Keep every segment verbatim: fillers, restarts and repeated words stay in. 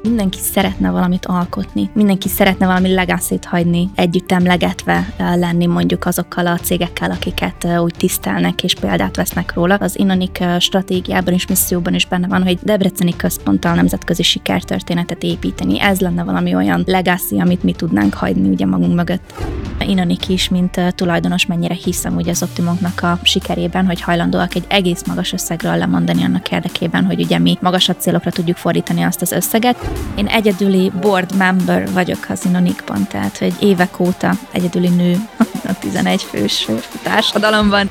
Mindenki szeretne valamit alkotni, mindenki szeretne valami legacy-t hagyni, együtt emlegetve lenni mondjuk azokkal a cégekkel, akiket úgy tisztelnek és példát vesznek róla. Az Inonic stratégiában és misszióban is benne van, hogy debreceni központtal nemzetközi sikertörténetet építeni. Ez lenne valami olyan legacy, amit mi tudnánk hagyni ugye magunk mögött. Inonic is, mint tulajdonos, mennyire hiszem ugye az Optimonknak a sikerében, hogy hajlandóak egy egész magas összegről lemondani annak érdekében, hogy ugye mi magasabb célokra tudjuk fordítani azt az összeget. Én egyedüli board member vagyok az Inonicban, tehát hogy évek óta egyedüli nő a tizenegy fős társadalomban.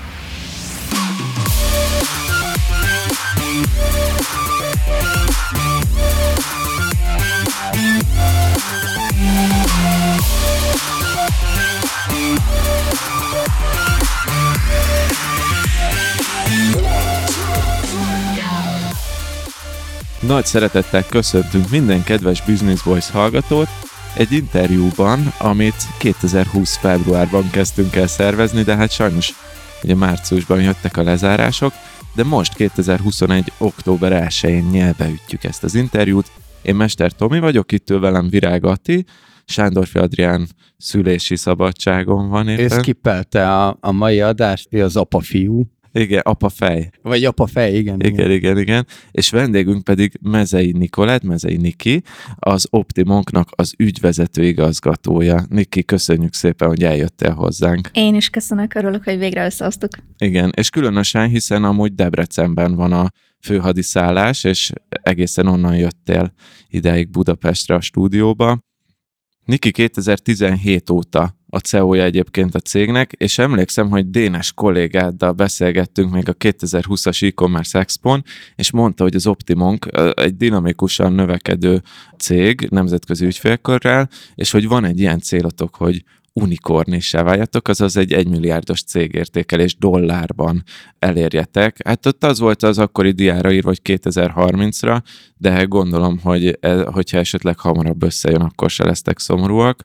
Nagy szeretettel köszöntünk minden kedves Business Voice hallgatót egy interjúban, amit kétezer-húsz februárban kezdtünk el szervezni, de hát sajnos ugye márciusban jöttek a lezárások, de most kétezer-huszonegy október elsején nyelbe ütjük ezt az interjút. Én Mester Tomi vagyok, itt ül velem Virág Atti, Sándorfi Adrián szülési szabadságon van éppen. Ő szkippelte a, a mai adást, ő az apa-fiú. Igen, apa-fej. Vagy apa-fej, igen, igen. Igen, igen, igen. És vendégünk pedig Mezei Nikolett, Mezei Niki, az Optimonknak az ügyvezető igazgatója. Niki, köszönjük szépen, hogy eljöttél hozzánk. Én is köszönök, örülök, hogy végre összehoztuk. Igen, és különösen, hiszen amúgy Debrecenben van a főhadiszállás, és egészen onnan jöttél ideig Budapestre a stúdióba. Niki kétezer-tizenhét óta a cé e o-ja egyébként a cégnek, és emlékszem, hogy Dénes kollégáddal beszélgettünk még a kétezer-húszas e-commerce expón, és mondta, hogy az Optimonk egy dinamikusan növekedő cég nemzetközi ügyfélkörrel, és hogy van egy ilyen célotok, hogy unikornissá váljatok, azaz egy egymilliárdos cégértékelés dollárban elérjetek. Hát ott az volt az akkori diára írva, hogy kétezer-harmincra, de gondolom, hogy e, hogyha esetleg hamarabb összejön, akkor se lesztek szomorúak.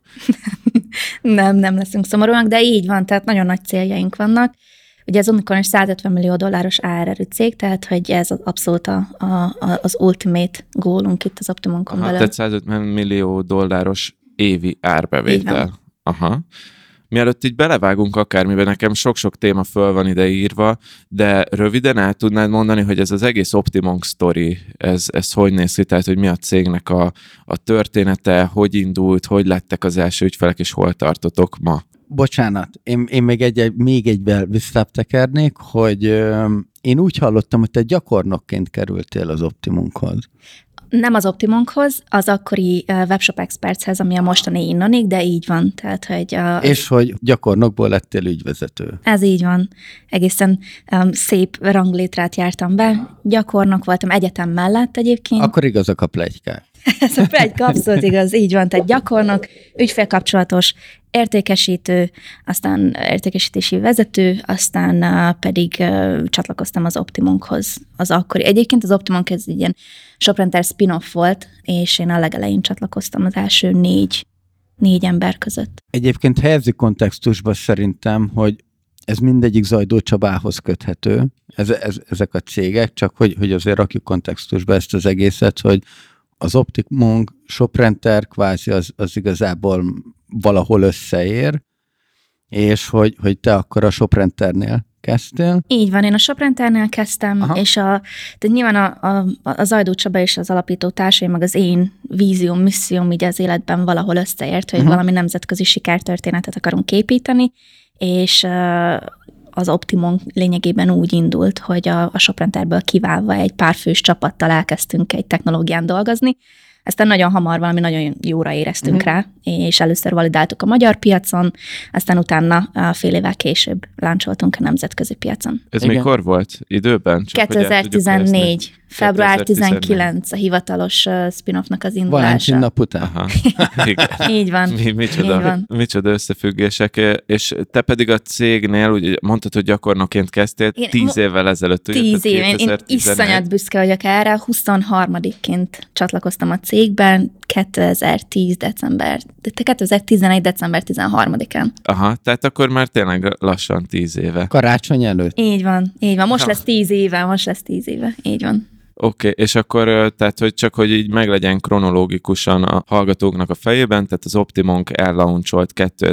nem, nem leszünk szomorúak, de így van, tehát nagyon nagy céljaink vannak. Ugye az Unicorn százötven millió dolláros á er er-ű cég, tehát hogy ez abszolút a, a, az ultimate goalunk itt az Optimonkon belül. Tehát százötven millió dolláros évi árbevétel. Aha. Mielőtt így belevágunk akármiben, nekem sok-sok téma föl van ide írva, de röviden el tudnád mondani, hogy ez az egész Optimonk sztori, ez, ez hogy néz ki, tehát hogy mi a cégnek a, a története, hogy indult, hogy lettek az első ügyfelek, és hol tartotok ma? Bocsánat, én, én még, egy, még egyben visszatekernék, hogy ö, én úgy hallottam, hogy te gyakornokként kerültél az Optimonkhoz. Nem az Optimonkhoz, az akkori Webshop Expertshez, ami a mostani Inonic, de így van. Tehát, hogy a... És hogy gyakornokból lettél ügyvezető. Ez így van. Egészen um, szép ranglétrát jártam be. Gyakornok voltam egyetem mellett egyébként. Akkor igazak a pletykák. Ez a pletyka abszolút igaz, így van. Tehát gyakornok, ügyfélkapcsolatos, értékesítő, aztán értékesítési vezető, aztán uh, pedig uh, csatlakoztam az Optimonkhoz. Az akkori. Egyébként az Optimonk ez egy ilyen ShopRenter spin-off volt, és én a legelején csatlakoztam az első négy, négy ember között. Egyébként helyezi kontextusban szerintem, hogy ez mindegyik Zajdó Csabához köthető, ez, ez, ezek a cégek, csak hogy, hogy azért rakjuk kontextusba ezt az egészet, hogy az Optimonk, ShopRenter kvázi az, az igazából valahol összeér, és hogy, hogy te akkor a ShopRenternél kezdtél. Így van, én a ShopRenternél kezdtem, Aha. és a, tehát nyilván a, a, a Zajdó Csaba és az alapító társai, meg az én vízióm, misszióm így az életben valahol összeért, hogy uh-huh. valami nemzetközi sikertörténetet akarunk építeni, és uh, az Optimonk lényegében úgy indult, hogy a, a ShopRenterből kiválva egy pár fős csapattal elkezdtünk egy technológián dolgozni. Aztán nagyon hamar valami nagyon jóra éreztünk uh-huh. rá, és először validáltuk a magyar piacon, aztán utána fél évvel később láncsoltunk a nemzetközi piacon. Ez Igen. mikor volt? Időben? Csak kétezer-tizennégy. február tizenkilenc a hivatalos uh, spin-offnak az indulása. Valentin nap után. Aha. Így van. Mi, micsoda, Így van. micsoda összefüggések. És te pedig a cégnél, ugye mondtad, hogy gyakornokként kezdtél én, tíz évvel ezelőtt. Tíz év. Én, én iszonyat büszke vagyok erre. huszonharmadikként csatlakoztam a cégben kétezer-tíz december, kétezer-tizenegy december tizenharmadikán. Aha, tehát akkor már tényleg lassan tíz éve. Karácsony előtt. Így van, így van. Most ha. lesz tíz éve, most lesz tíz éve. Így van. Oké, okay, és akkor, tehát, hogy csak, hogy így meglegyen kronológikusan a hallgatóknak a fejében, tehát az Optimonk ellauncholt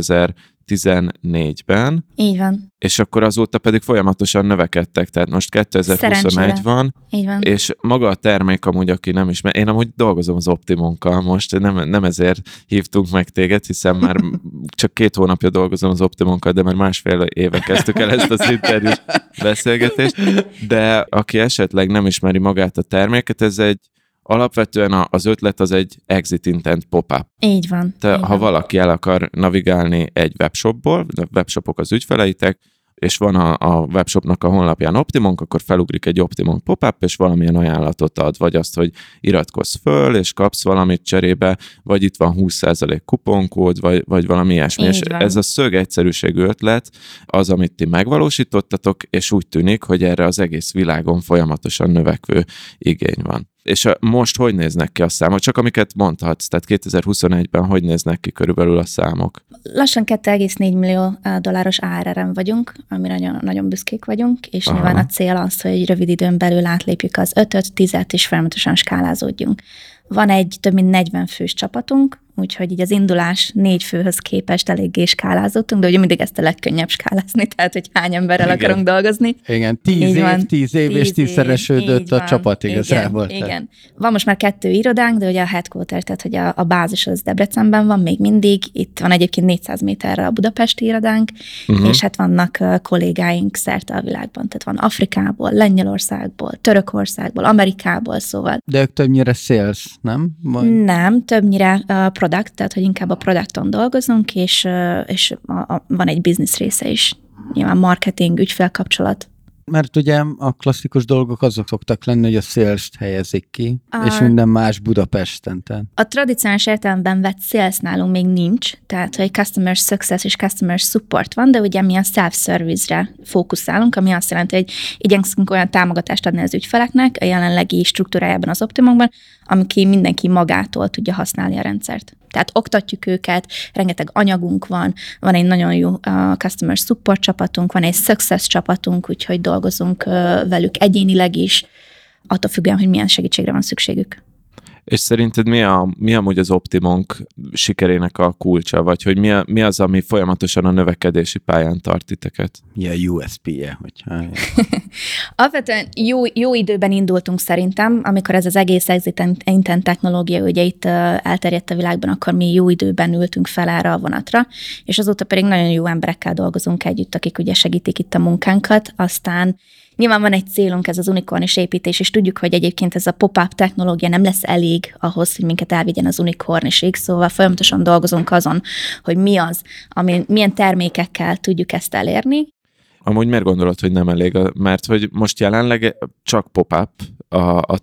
kétezer-tizennégyben. Így van. És akkor azóta pedig folyamatosan növekedtek, tehát most kétezer-huszonegy Szerencsére. van, Így van. és maga a termék amúgy, aki nem ismer, én amúgy dolgozom az Optimonkkal most, nem, nem ezért hívtunk meg téged, hiszen már csak két hónapja dolgozom az Optimonkkal, de már másfél éve kezdtük el ezt az interjús beszélgetést, de aki esetleg nem ismeri magát a terméket, ez egy alapvetően az ötlet az egy exit intent pop-up. Így van. Te, így ha van. valaki el akar navigálni egy webshopból, a webshopok az ügyfeleitek, és van a, a webshopnak a honlapján Optimonk, akkor felugrik egy Optimonk pop-up, és valamilyen ajánlatot ad, vagy azt, hogy iratkozz föl, és kapsz valamit cserébe, vagy itt van húsz százalék kuponkód, vagy, vagy valami ilyesmi. Így És van. ez a szög egyszerűségű ötlet az, amit ti megvalósítottatok, és úgy tűnik, hogy erre az egész világon folyamatosan növekvő igény van. És a, most hogy néznek ki a számok? Csak amiket mondhatsz, tehát kétezer-huszonegyben hogy néznek ki körülbelül a számok? Lassan két egész négy millió dolláros á er er-en vagyunk, amire nagyon, nagyon büszkék vagyunk, és Aha. nyilván a cél az, hogy rövid időn belül átlépjük az ötöt, tízet, és folyamatosan skálázódjunk. Van egy több mint negyven fős csapatunk, úgyhogy így az indulás négy főhöz képest eléggé skálázottunk, de ugye mindig ezt a legkönnyebb skálázni, tehát hogy hány emberrel Igen. akarunk dolgozni. Igen, tíz Így év, van. tíz év, és tízszeresődött így a van. csapat igazából. Igen, igen. Van most már kettő irodánk, de ugye a headquarter, tehát hogy a, a bázis az Debrecenben van még mindig. Itt van egyébként négyszáz méterre a budapesti irodánk, Uh-huh. és hát vannak uh, kollégáink szerte a világban. Tehát van Afrikából, Lengyelországból, Törökországból, Amerikából, szóval. De ők többnyire sales, nem? Vagy... Nem, többnyire uh, product, tehát hogy inkább a producton dolgozunk, és, uh, és a, a, van egy business része is. Nyilván marketing, ügyfélkapcsolat. Mert ugye a klasszikus dolgok azok szoktak lenni, hogy a sales-t helyezik ki, A- és minden más Budapesten. Tehát. A tradicionális értelemben vett sales nálunk még nincs, tehát hogy customer success és customer support van, de ugye mi a self-service-re fókuszálunk, ami azt jelenti, hogy igyekszünk olyan támogatást adni az ügyfeleknek a jelenlegi struktúrájában az Optimonban, amiki mindenki magától tudja használni a rendszert. Tehát oktatjuk őket, rengeteg anyagunk van, van egy nagyon jó uh, customer support csapatunk, van egy success csapatunk, úgyhogy dolgozunk uh, velük egyénileg is, attól függően, hogy milyen segítségre van szükségük. És szerinted mi, a, mi amúgy az Optimonk sikerének a kulcsa, vagy hogy mi, a, mi az, ami folyamatosan a növekedési pályán tart titeket? Mi a u es pé-je, hogyha... Alapvetően jó, jó időben indultunk szerintem, amikor ez az egész exit intent technológia ugye itt elterjedt a világban, akkor mi jó időben ültünk fel erre a vonatra, és azóta pedig nagyon jó emberekkel dolgozunk együtt, akik ugye segítik itt a munkánkat, aztán nyilván van egy célunk, ez az unikornis építés, és tudjuk, hogy egyébként ez a pop-up technológia nem lesz elég ahhoz, hogy minket elvigyen az unikornisig, szóval folyamatosan dolgozunk azon, hogy mi az, ami, milyen termékekkel tudjuk ezt elérni. Amúgy miért gondolod, hogy nem elég? Mert hogy most jelenleg csak pop-up a, a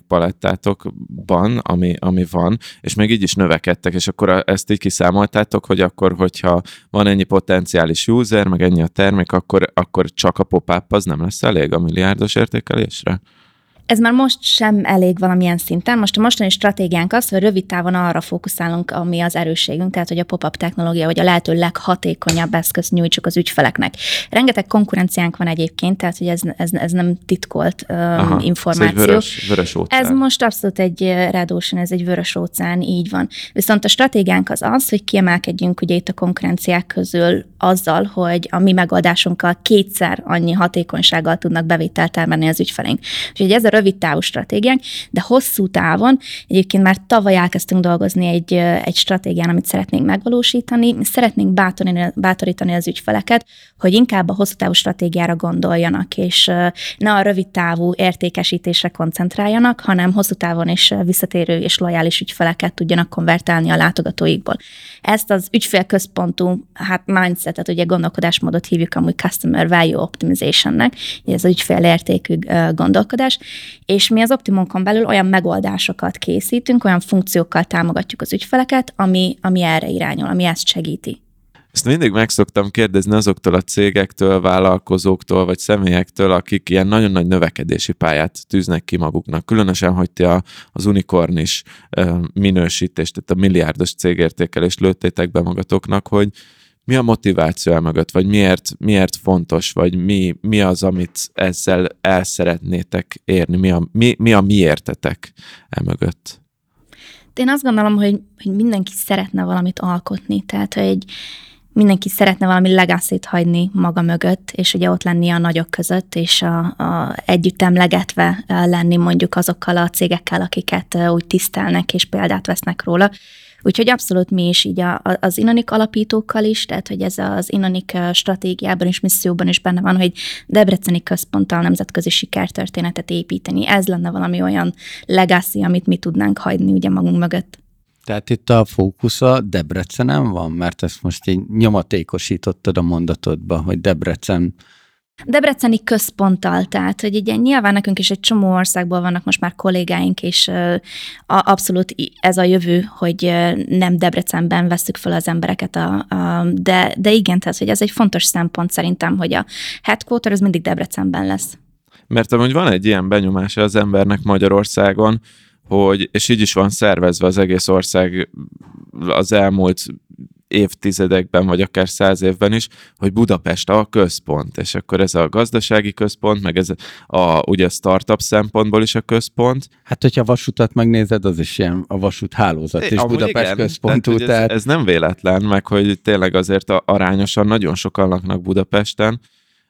termékpalettátokban, ami, ami van, és még így is növekedtek, és akkor ezt így kiszámoltátok, hogy akkor, hogyha van ennyi potenciális user, meg ennyi a termék, akkor, akkor csak a pop-up az nem lesz elég a milliárdos értékelésre? Ez már most sem elég valamilyen szinten. Most a mostani stratégiánk az, hogy rövid távon arra fókuszálunk, ami az erősségünk, tehát hogy a pop-up technológia, vagy a lehető leghatékonyabb eszközt nyújtsuk az ügyfeleknek. Rengeteg konkurenciánk van egyébként, tehát hogy ez, ez, ez nem titkolt um, Aha, információ. Ez egy vörös, vörös óceán. Ez most abszolút egy red ocean, ez egy vörös óceán, így van. Viszont a stratégiánk az az, hogy kiemelkedjünk ugye itt a konkurenciák közül azzal, hogy a mi megoldásunkkal kétszer annyi hatékonysággal tudnak bevételt termelni az ügyfeleink. Úgyhogy ez a rövid távú stratégiánk, de hosszú távon egyébként már tavaly elkezdtünk dolgozni egy, egy stratégián, amit szeretnénk megvalósítani. Szeretnénk bátorítani, bátorítani az ügyfeleket, hogy inkább a hosszú távú stratégiára gondoljanak, és ne a rövid távú értékesítésre koncentráljanak, hanem hosszú távon is visszatérő és lojális ügyfeleket tudjanak konvertálni a látogatóikból. Ezt az ügyfélközpontú hát mindsetet, ugye gondolkodásmódot hívjuk amúgy Customer Value Optimizationnek, ez az ügyfélértékű gondolkodás, és mi az Optimonkon belül olyan megoldásokat készítünk, olyan funkciókkal támogatjuk az ügyfeleket, ami, ami erre irányul, ami ezt segíti. Ezt mindig meg szoktam kérdezni azoktól a cégektől, vállalkozóktól, vagy személyektől, akik ilyen nagyon nagy növekedési pályát tűznek ki maguknak. Különösen, hogy ti a, az unikornis minősítést, tehát a milliárdos cégértékelést lőttétek be magatoknak, hogy mi a motiváció el mögött, vagy miért, miért fontos, vagy mi, mi az, amit ezzel el szeretnétek érni, mi a, mi, mi a miértetek el mögött? Én azt gondolom, hogy, hogy mindenki szeretne valamit alkotni, tehát hogy mindenki szeretne valami legacy-t hagyni maga mögött, és ugye ott lenni a nagyok között, és a, a együtt emlegetve lenni mondjuk azokkal a cégekkel, akiket úgy tisztelnek, és példát vesznek róla. Úgyhogy abszolút mi is így a, az Inonic alapítókkal is, tehát hogy ez az Inonic stratégiában és misszióban is benne van, hogy debreceni központtal nemzetközi sikertörténetet építeni. Ez lenne valami olyan legacy, amit mi tudnánk hagyni ugye magunk mögött. Tehát itt a fókusza Debrecenen van, mert ezt most így nyomatékosítottad a mondatodba, hogy Debrecen... Debreceni központtal, tehát hogy ugye nyilván nekünk is egy csomó országból vannak most már kollégáink, és uh, abszolút ez a jövő, hogy uh, nem Debrecenben vesszük fel az embereket, a, a, de, de igen, tehát hogy ez egy fontos szempont szerintem, hogy a headquarter az mindig Debrecenben lesz. Mert amúgy van egy ilyen benyomása az embernek Magyarországon, hogy, és így is van szervezve az egész ország az elmúlt évtizedekben, vagy akár száz évben is, hogy Budapest a központ, és akkor ez a gazdasági központ, meg ez a, ugye a startup szempontból is a központ. Hát, hogyha a vasutat megnézed, az is ilyen a vasúthálózat is Budapest igen, központú. Tehát, tehát... Ez, ez nem véletlen, meg hogy tényleg azért arányosan nagyon sokan laknak Budapesten,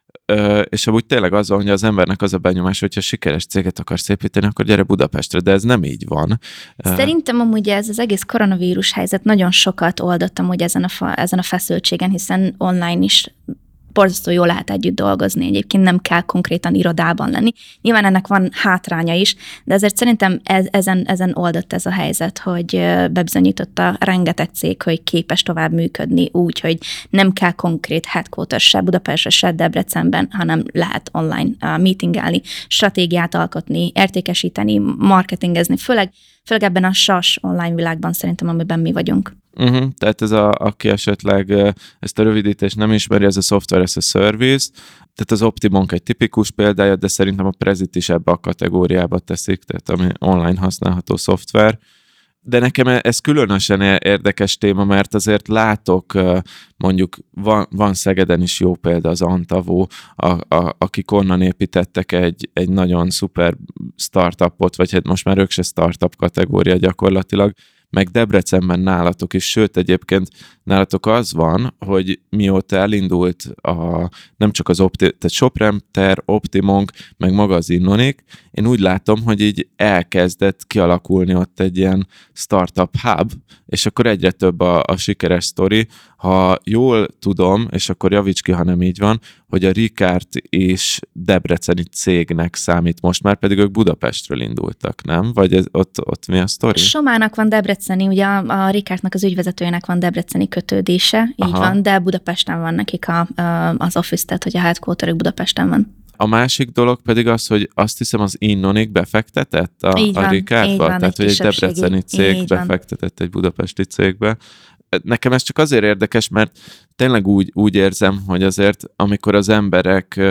Ö, és amúgy tényleg az van, hogy az embernek az a benyomás, hogyha sikeres céget akarsz építeni, akkor gyere Budapestre, de ez nem így van. Szerintem amúgy ez az egész koronavírus helyzet nagyon sokat oldottam hogy ezen a, fa, ezen a feszültségen, hiszen online is borzasztó jól lehet együtt dolgozni, egyébként nem kell konkrétan irodában lenni. Nyilván ennek van hátránya is, de azért szerintem ez, ezen, ezen oldott ez a helyzet, hogy bebizonyította rengeteg cég, hogy képes tovább működni úgy, hogy nem kell konkrét headquarter se Budapestre, se Debrecenben, hanem lehet online meetingelni, stratégiát alkotni, értékesíteni, marketingezni, főleg, főleg ebben a sas online világban szerintem, amiben mi vagyunk. Uh-huh. Tehát ez a, aki esetleg ezt a rövidítést nem ismeri, ez a Software as a Service, tehát az Optimonk egy tipikus példája, de szerintem a Prezit is ebbe a kategóriába teszik, tehát ami online használható szoftver. De nekem ez különösen érdekes téma, mert azért látok, mondjuk van, van Szegeden is jó példa, az Antavó, a, a, akik onnan építettek egy, egy nagyon szuper startupot, vagy hát most már ők se startup kategória gyakorlatilag, meg Debrecenben nálatok is, sőt egyébként nálatok az van, hogy mióta elindult a, nem csak az Opti, tehát Sopremter, Optimonk, meg maga az Inonic, én úgy látom, hogy így elkezdett kialakulni ott egy ilyen startup hub, és akkor egyre több a, a sikeres sztori. Ha jól tudom, és akkor javíts ki, ha nem így van, hogy a Ricard is debreceni cégnek számít most már, pedig ők Budapestről indultak, nem? Vagy ez, ott, ott mi a sztori? Somának van debreceni, ugye a, a Ricardnak az ügyvezetőjének van debreceni kötődése, így Aha. van, de Budapesten van nekik a, a, az office, tehát hogy a headquarterük Budapesten van. A másik dolog pedig az, hogy azt hiszem az Inonic befektetett a, így van, a Ricardba, van, tehát egy hogy egy debreceni cég így befektetett van. Egy budapesti cégbe. Nekem ez csak azért érdekes, mert tényleg úgy, úgy érzem, hogy azért amikor az emberek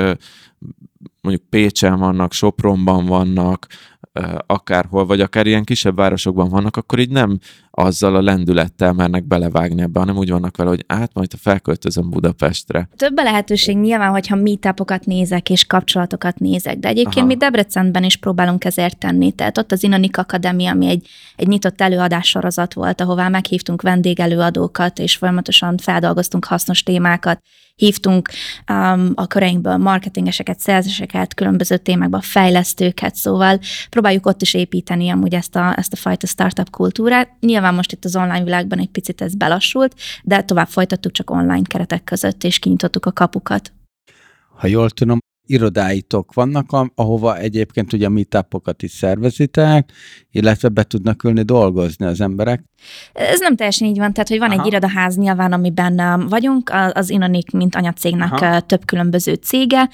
mondjuk Pécsen vannak, Sopronban vannak, akárhol, vagy akár ilyen kisebb városokban vannak, akkor így nem azzal a lendülettel mernek belevágni ebbe, hanem úgy vannak vele, hogy át majd, ha felköltözöm Budapestre. Több a lehetőség nyilván, hogyha meetupokat nézek és kapcsolatokat nézek, de egyébként Aha. mi Debrecenben is próbálunk ezért tenni. Tehát ott az Inonic Akadémia, ami egy, egy nyitott előadássorozat volt, ahová meghívtunk vendégelőadókat, és folyamatosan feldolgoztunk hasznos témákat. Hívtunk um, a köreinkből marketingeseket, szerzéseket, különböző témákban fejlesztőket, szóval próbáljuk ott is építeni amúgy ezt a, ezt a fajta startup kultúrát. Nyilván most itt az online világban egy picit ez belassult, de tovább folytattuk csak online keretek között, és kinyitottuk a kapukat. Ha jól tudom, irodáitok vannak, ahova egyébként ugye a meetupokat is szervezitek, illetve be tudnak ülni dolgozni az emberek? Ez nem teljesen így van, tehát hogy van Aha. egy irodaház nyilván, amiben vagyunk, az Inonic, mint anyacégnek Aha. több különböző cége,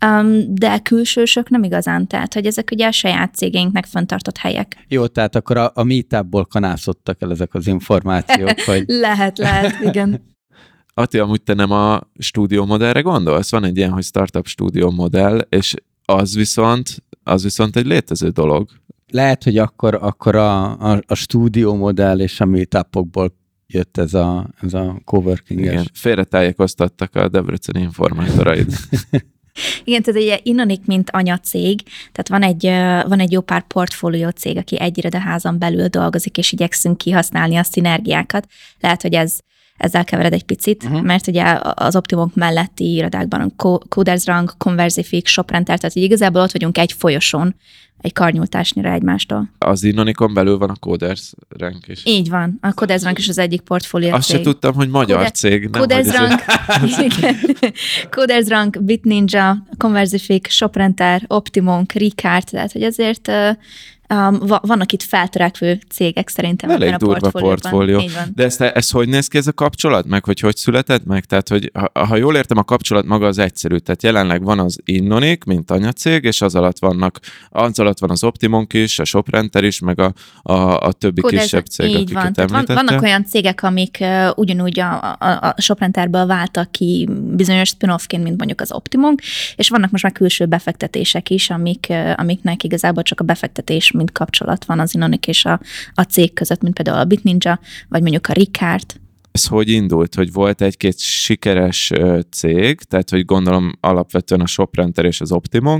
de külsősök nem igazán, tehát hogy ezek ugye a saját cégeinknek fenntartott helyek. Jó, tehát akkor a, a meetupból kanászodtak el ezek az információk, hogy... lehet, lehet, igen. Ati, amúgy te nem a stúdiómodellre gondolsz? Van egy ilyen, hogy startup stúdiómodell, és az viszont, az viszont egy létező dolog. Lehet, hogy akkor, akkor a, a, a stúdiómodell és a meetupokból jött ez a, ez a coworking-es. Igen, félretájékoztattak a debreceni informátoraid. Igen, tehát ugye Innonik, mint anyacég, tehát van egy, van egy jó pár portfólió cég, aki egy irodaházon belül dolgozik, és igyekszünk kihasználni a szinergiákat. Lehet, hogy ez ezzel kevered egy picit, uh-huh. mert ugye az Optimum melletti irodákban a Codersrank, Conversifix, Shoprenter, tehát igazából ott vagyunk egy folyosón, egy karnyújtásnyira egymástól. Az Innonikon belül van a Codersrank is. Így van. A Codersrank is az egyik portfólió Azt cég. se tudtam, hogy magyar Coder- cég. Codersrank, Codersrank, BitNinja, Conversifix, Shoprenter, Optimum, Ricard, tehát hogy azért um, vannak itt feltörekvő cégek szerintem. Elég a durva portfólió. portfólió. De ezt, ez hogy néz ki ez a kapcsolat? Meg hogy hogy született meg? Tehát, hogy ha, ha jól értem, a kapcsolat maga az egyszerű. Tehát jelenleg van az Innonik, mint anyacég, és az alatt vannak, az alatt van az Optimum is, a Shoprenter is, meg a, a, a többi Codes, kisebb cég, így akiket van. Tehát van, említette. vannak olyan cégek, amik uh, ugyanúgy a, a, a Shoprenterből váltak ki bizonyos spin-offként, mint mondjuk az Optimum, és vannak most már külső befektetések is, amik, uh, amiknek igazából csak a befektetés, mint kapcsolat van az Innonik és a, a cég között, mint például a BitNinja, vagy mondjuk a Ricard. Ez hogy indult? Hogy volt egy-két sikeres cég, tehát hogy gondolom alapvetően a Shoprenter és az Optimum,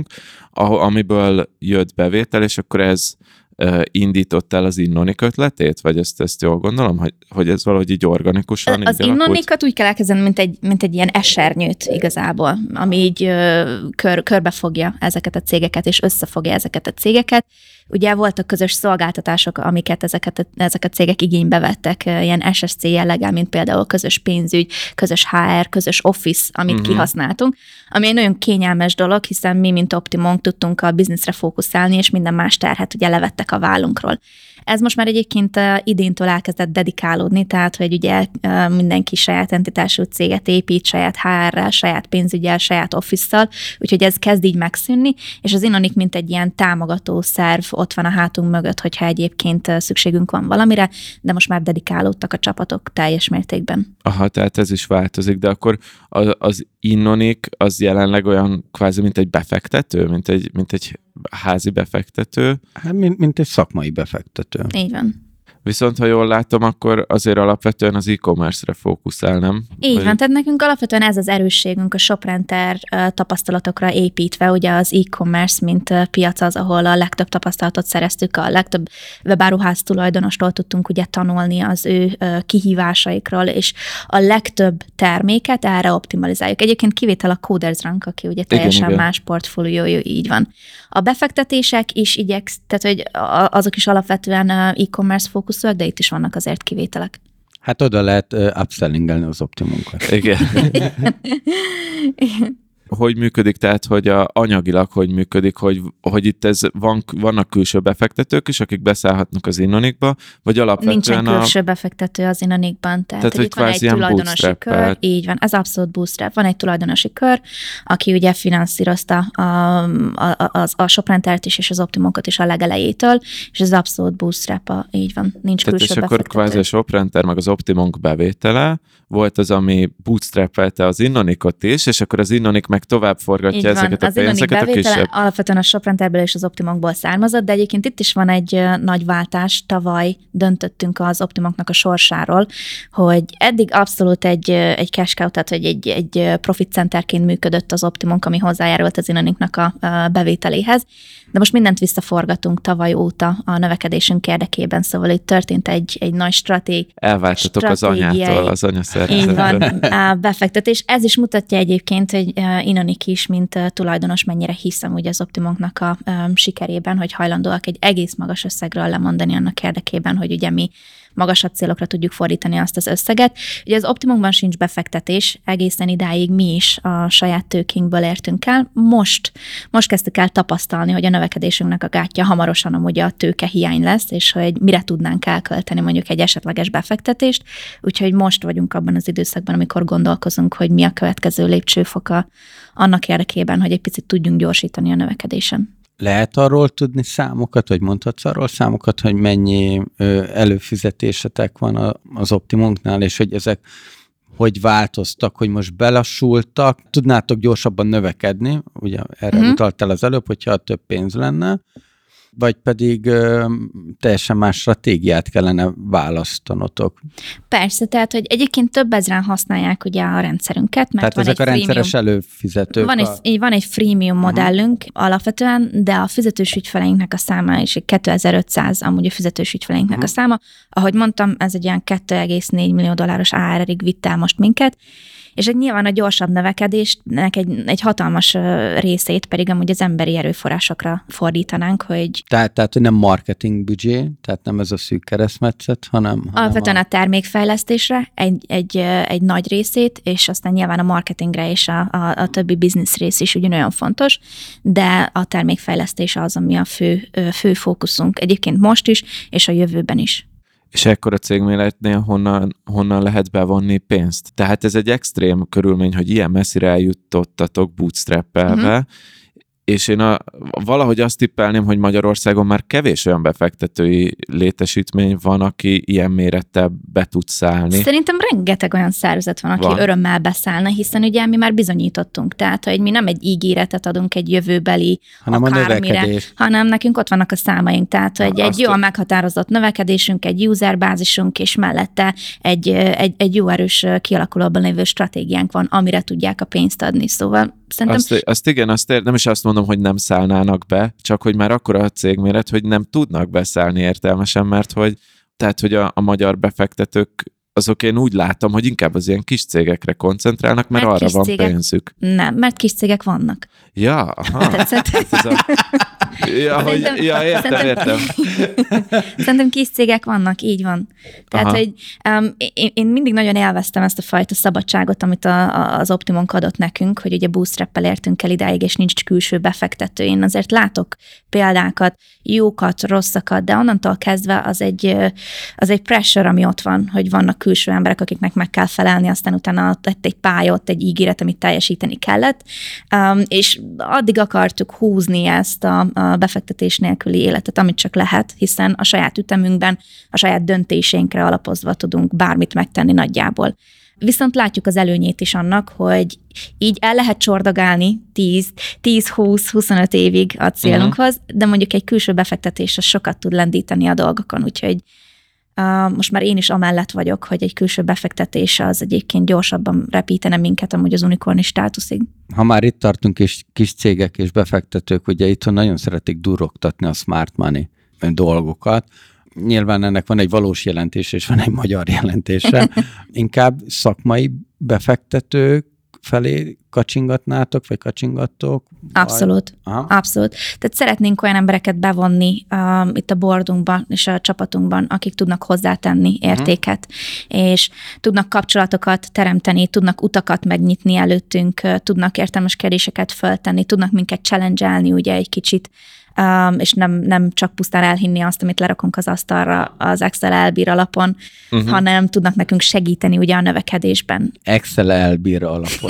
amiből jött bevétel, és akkor ez indított el az Innonik ötletét? Vagy ezt, ezt jól gondolom, hogy, hogy ez valahogy így organikusan Az így Innonikat úgy kell elkezdeni, mint egy, mint egy ilyen esernyőt igazából, ami így kör, körbefogja ezeket a cégeket, és összefogja ezeket a cégeket. Ugye voltak közös szolgáltatások, amiket ezeket a, ezek a cégek igénybe vettek, ilyen es es cé jelleggel, mint például közös pénzügy, közös há er, közös office, amit uh-huh. kihasználtunk, ami egy nagyon kényelmes dolog, hiszen mi, mint Optimum, tudtunk a bizniszre fókuszálni, és minden más terhet ugye levettek a vállunkról. Ez most már egyébként idéntől elkezdett dedikálódni, tehát, hogy ugye mindenki saját entitású céget épít, saját há er-rel, saját pénzügyel, saját office-szal, úgyhogy ez kezd így megszűnni, és az Innonik, mint egy ilyen támogató szerv ott van a hátunk mögött, hogyha egyébként szükségünk van valamire, de most már dedikálódtak a csapatok teljes mértékben. Aha, tehát ez is változik, de akkor az Innonik az jelenleg olyan kvázi, mint egy befektető, mint egy, mint egy házi befektető? Hát, mint, mint egy szakmai befektető. Így van. Viszont, ha jól látom, akkor azért alapvetően az e-commerce-re fókuszál, nem? Így Vagy... van, tehát nekünk alapvetően ez az erősségünk a Shoprenter tapasztalatokra építve, ugye az e-commerce, mint piac az, ahol a legtöbb tapasztalatot szereztük, a legtöbb webáruház tulajdonostól tudtunk ugye tanulni az ő kihívásaikról, és a legtöbb terméket erre optimalizáljuk. Egyébként kivétel a Codersrank, aki ugye teljesen igen, más portfóliójú, így van. A befektetések is igyeksz, tehát hogy azok is alapvetően e-commerce fókuszúak, de itt is vannak azért kivételek. Hát oda lehet uh, upsellingelni az Optimunkat. Igen. Hogy működik, tehát, hogy a, anyagilag hogy működik, hogy, hogy itt ez van, vannak külső befektetők is, akik beszállhatnak az Innonikba, vagy alapvetően nincsen a... külső befektető az Innonikban, tehát, tehát hogy itt van egy tulajdonosi kör, így van, ez abszolút bootstrap. Van egy tulajdonosi kör, aki ugye finanszírozta a, a, a, a Shoprentert is, és az Optimunkat is a legelejétől, és ez abszolút bootstrap, a, így van, nincs tehát külső és befektető. akkor kvázi a Shoprenter meg az Optimum bevétele volt az, ami bootstrapelte az Innonikot is, és akkor az Innonik meg tovább forgatja így ezeket van. a pénzeket a kisebb. Alapvetően a Shoprenterből és az Optimumból származott, de egyébként itt is van egy nagy váltás. Tavaly döntöttünk az Optimumnak a sorsáról, hogy eddig abszolút egy, egy cash cow, tehát hogy egy, egy profit centerként működött az Optimum, ami hozzájárult az Innoniknak a bevételéhez, de most mindent visszaforgatunk tavaly óta a növekedésünk érdekében, szóval itt történt egy, egy nagy stratég. Elváltatok az anyától, az anyaszervezetben. Így van, a befektetés. Ez is mutatja egyébként, hogy Innonik is, mint tulajdonos, mennyire hiszem ugye az Optimumnak a um, sikerében, hogy hajlandóak egy egész magas összegről lemondani annak érdekében, hogy ugye mi magasabb célokra tudjuk fordítani azt az összeget. Ugye az Optimumban sincs befektetés, egészen idáig mi is a saját tőkénkből értünk el. Most, most kezdtük el tapasztalni, hogy a növekedésünknek a gátja hamarosan amúgy a tőke hiány lesz, és hogy mire tudnánk elkölteni mondjuk egy esetleges befektetést. Úgyhogy most vagyunk abban az időszakban, amikor gondolkozunk, hogy mi a következő lépcsőfoka annak érdekében, hogy egy picit tudjunk gyorsítani a növekedésen. Lehet arról tudni számokat, vagy mondhatsz arról számokat, hogy mennyi ö, előfizetésetek van a, az Optimumnál, és hogy ezek hogy változtak, hogy most belassultak, tudnátok gyorsabban növekedni, ugye erre uh-huh. utaltál az előbb, hogyha több pénz lenne, vagy pedig ö, teljesen más stratégiát kellene választanotok? Persze, tehát, hogy egyébként több ezren használják ugye a rendszerünket, mert tehát van ezek egy a rendszeres freemium, előfizetők. van, a... egy, van egy freemium modellünk uh-huh. alapvetően, de a fizetős ügyfeleinknek a száma is kétezer-ötszáz amúgy a fizetős ügyfeleinknek uh-huh. a száma. Ahogy mondtam, ez egy ilyen két egész négy millió dolláros á er-ig vitt el most minket, és egy nyilván a gyorsabb növekedésnek egy, egy hatalmas részét pedig amúgy az emberi erőforrásokra fordítanánk, hogy... Tehát, tehát hogy nem marketing büdzsé, tehát nem ez a szűk keresztmetszet, hanem... hanem alapvetően a... a termékfejlesztésre egy, egy, egy nagy részét, és aztán nyilván a marketingre és a, a, a többi biznisz rész is ugyanolyan fontos, de a termékfejlesztés az, ami a fő, fő fókuszunk egyébként most is, és a jövőben is. És ekkor a cégméretnél honnan, honnan lehet bevonni pénzt? Tehát ez egy extrém körülmény, hogy ilyen messzire eljutottatok bootstrappelve, uh-huh. és én a, valahogy azt tippelném, hogy Magyarországon már kevés olyan befektetői létesítmény van, aki ilyen mérettel be tud szállni. Szerintem rengeteg olyan szervezet van, aki van. örömmel beszállna, hiszen ugye mi már bizonyítottunk, tehát hogy mi nem egy ígéretet adunk egy jövőbeli hanem akármire, hanem nekünk ott vannak a számaink, tehát hogy egy jól meghatározott növekedésünk, egy userbázisunk, és mellette egy, egy, egy jó erős kialakulóban lévő stratégiánk van, amire tudják a pénzt adni, szóval szerintem... Azt, azt igen, azt ér, nem is azt mondom, hogy nem szállnának be, csak hogy már akkora a cégméret, hogy nem tudnak beszállni értelmesen, mert hogy, tehát, hogy a, a magyar befektetők, azok én úgy látom, hogy inkább az ilyen kis cégekre koncentrálnak, mert, mert arra van cégek, pénzük. Nem, mert kis cégek vannak. Ja, aha. Tetszett? Ja, hogy, ja, értem, szerintem, értem. Szerintem kis cégek vannak, így van. Tehát, aha. hogy um, én, én mindig nagyon élveztem ezt a fajta szabadságot, amit a, a, az Optimonk adott nekünk, hogy ugye bootstrappel értünk el idáig, és nincs külső befektető. Én azért látok példákat, jókat, rosszakat, de onnantól kezdve az egy, az egy pressure, ami ott van, hogy vannak külső emberek, akiknek meg kell felelni, aztán utána tett egy pálya, ott egy ígéret, amit teljesíteni kellett, um, és addig akartuk húzni ezt a, a befektetés nélküli életet, amit csak lehet, hiszen a saját ütemünkben, a saját döntéseinkre alapozva tudunk bármit megtenni nagyjából. Viszont látjuk az előnyét is annak, hogy így el lehet csordogálni tíz, húsz, huszonöt évig a célunkhoz, uh-huh. de mondjuk egy külső befektetés az sokat tud lendíteni a dolgokon, úgyhogy Uh, most már én is amellett vagyok, hogy egy külső befektetés az egyébként gyorsabban repítene minket amúgy az unikorni státuszig. Ha már itt tartunk, és kis cégek és befektetők, ugye itthon nagyon szeretik durrogtatni a smart money dolgokat. Nyilván ennek van egy valós jelentés, és van egy magyar jelentése. Inkább szakmai befektetők felé kacsingatnátok, vagy kacsingattok? Abszolút, vagy... abszolút. Tehát szeretnénk olyan embereket bevonni uh, itt a boardunkban és a csapatunkban, akik tudnak hozzátenni értéket, uh-huh. és tudnak kapcsolatokat teremteni, tudnak utakat megnyitni előttünk, uh, tudnak értelmes kérdéseket föltenni, tudnak minket challenge-elni ugye egy kicsit, Um, és nem, nem csak pusztán elhinni azt, amit lerakunk az asztalra az Excel elbír alapon, uh-huh. hanem tudnak nekünk segíteni ugye a növekedésben. Excel elbír alapon.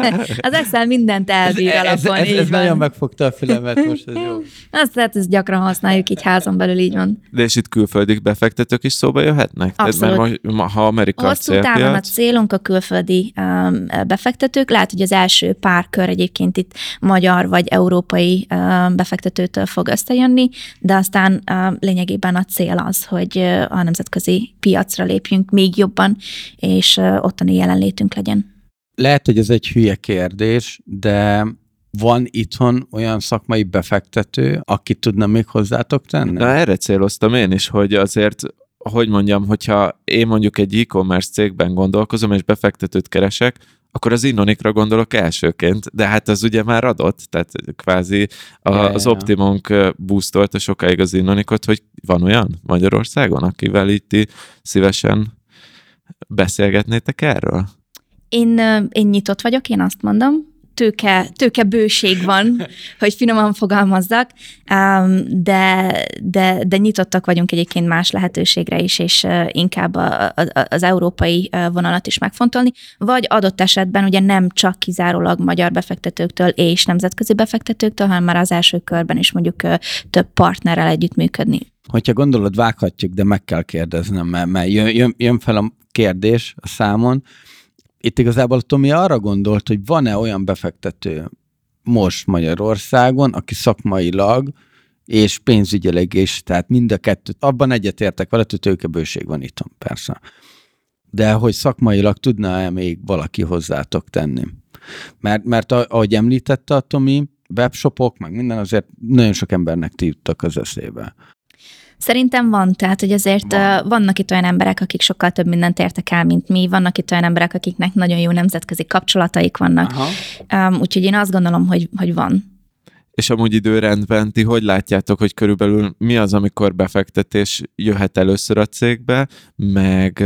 Az Excel mindent elbír ez, alapon, ez, ez, így ez van. nagyon megfogta a fülemet most, ez jó. Azt lehet, ezt gyakran használjuk így házon belül, így van. De és itt külföldi befektetők is szóba jöhetnek? Abszolút. Tehát, mert ha Amerika hosszú távon a célunk a külföldi um, befektetők. Lehet, hogy az első pár kör egyébként itt magyar vagy európai um, befektetőtől fog összejönni, de aztán uh, lényegében a cél az, hogy uh, a nemzetközi piacra lépjünk még jobban, és uh, ottani jelenlétünk legyen. Lehet, hogy ez egy hülye kérdés, de van itthon olyan szakmai befektető, aki tudna még hozzátok tenni? Na, erre céloztam én is, hogy azért, hogy mondjam, hogyha én mondjuk egy e-commerce cégben gondolkozom, és befektetőt keresek, akkor az Innonikra gondolok elsőként, de hát az ugye már adott, tehát kvázi a, ja, az ja. Optimonk boostolta sokáig az Innonikot, hogy van olyan Magyarországon, akivel itt ti szívesen beszélgetnétek erről? Én, én nyitott vagyok, én azt mondom. Tőke, tőke bőség van, hogy finoman fogalmazzak, de, de, de nyitottak vagyunk egyébként más lehetőségre is, és inkább a, a, az európai vonalat is megfontolni, vagy adott esetben ugye nem csak kizárólag magyar befektetőktől és nemzetközi befektetőktől, hanem már az első körben is mondjuk több partnerrel együttműködni. Hogyha gondolod, vághatjuk, de meg kell kérdeznem, mert, mert jön, jön, jön fel a kérdés a számon. Itt igazából Tomi arra gondolt, hogy van-e olyan befektető most Magyarországon, aki szakmailag és pénzügyileg is, tehát mind a kettőt, abban egyetértek vele, hogy tőkebőség van itthon, persze. De hogy szakmailag tudná-e még valaki hozzátok tenni? Mert, mert ahogy említette a Tomi, webshopok, meg minden azért nagyon sok embernek ti juttak az eszébe. Szerintem van, tehát hogy azért van. Vannak itt olyan emberek, akik sokkal több mindent értek el, mint mi, vannak itt olyan emberek, akiknek nagyon jó nemzetközi kapcsolataik vannak, um, úgyhogy én azt gondolom, hogy, hogy van. És amúgy időrendben ti hogy látjátok, hogy körülbelül mi az, amikor befektetés jöhet először a cégbe, meg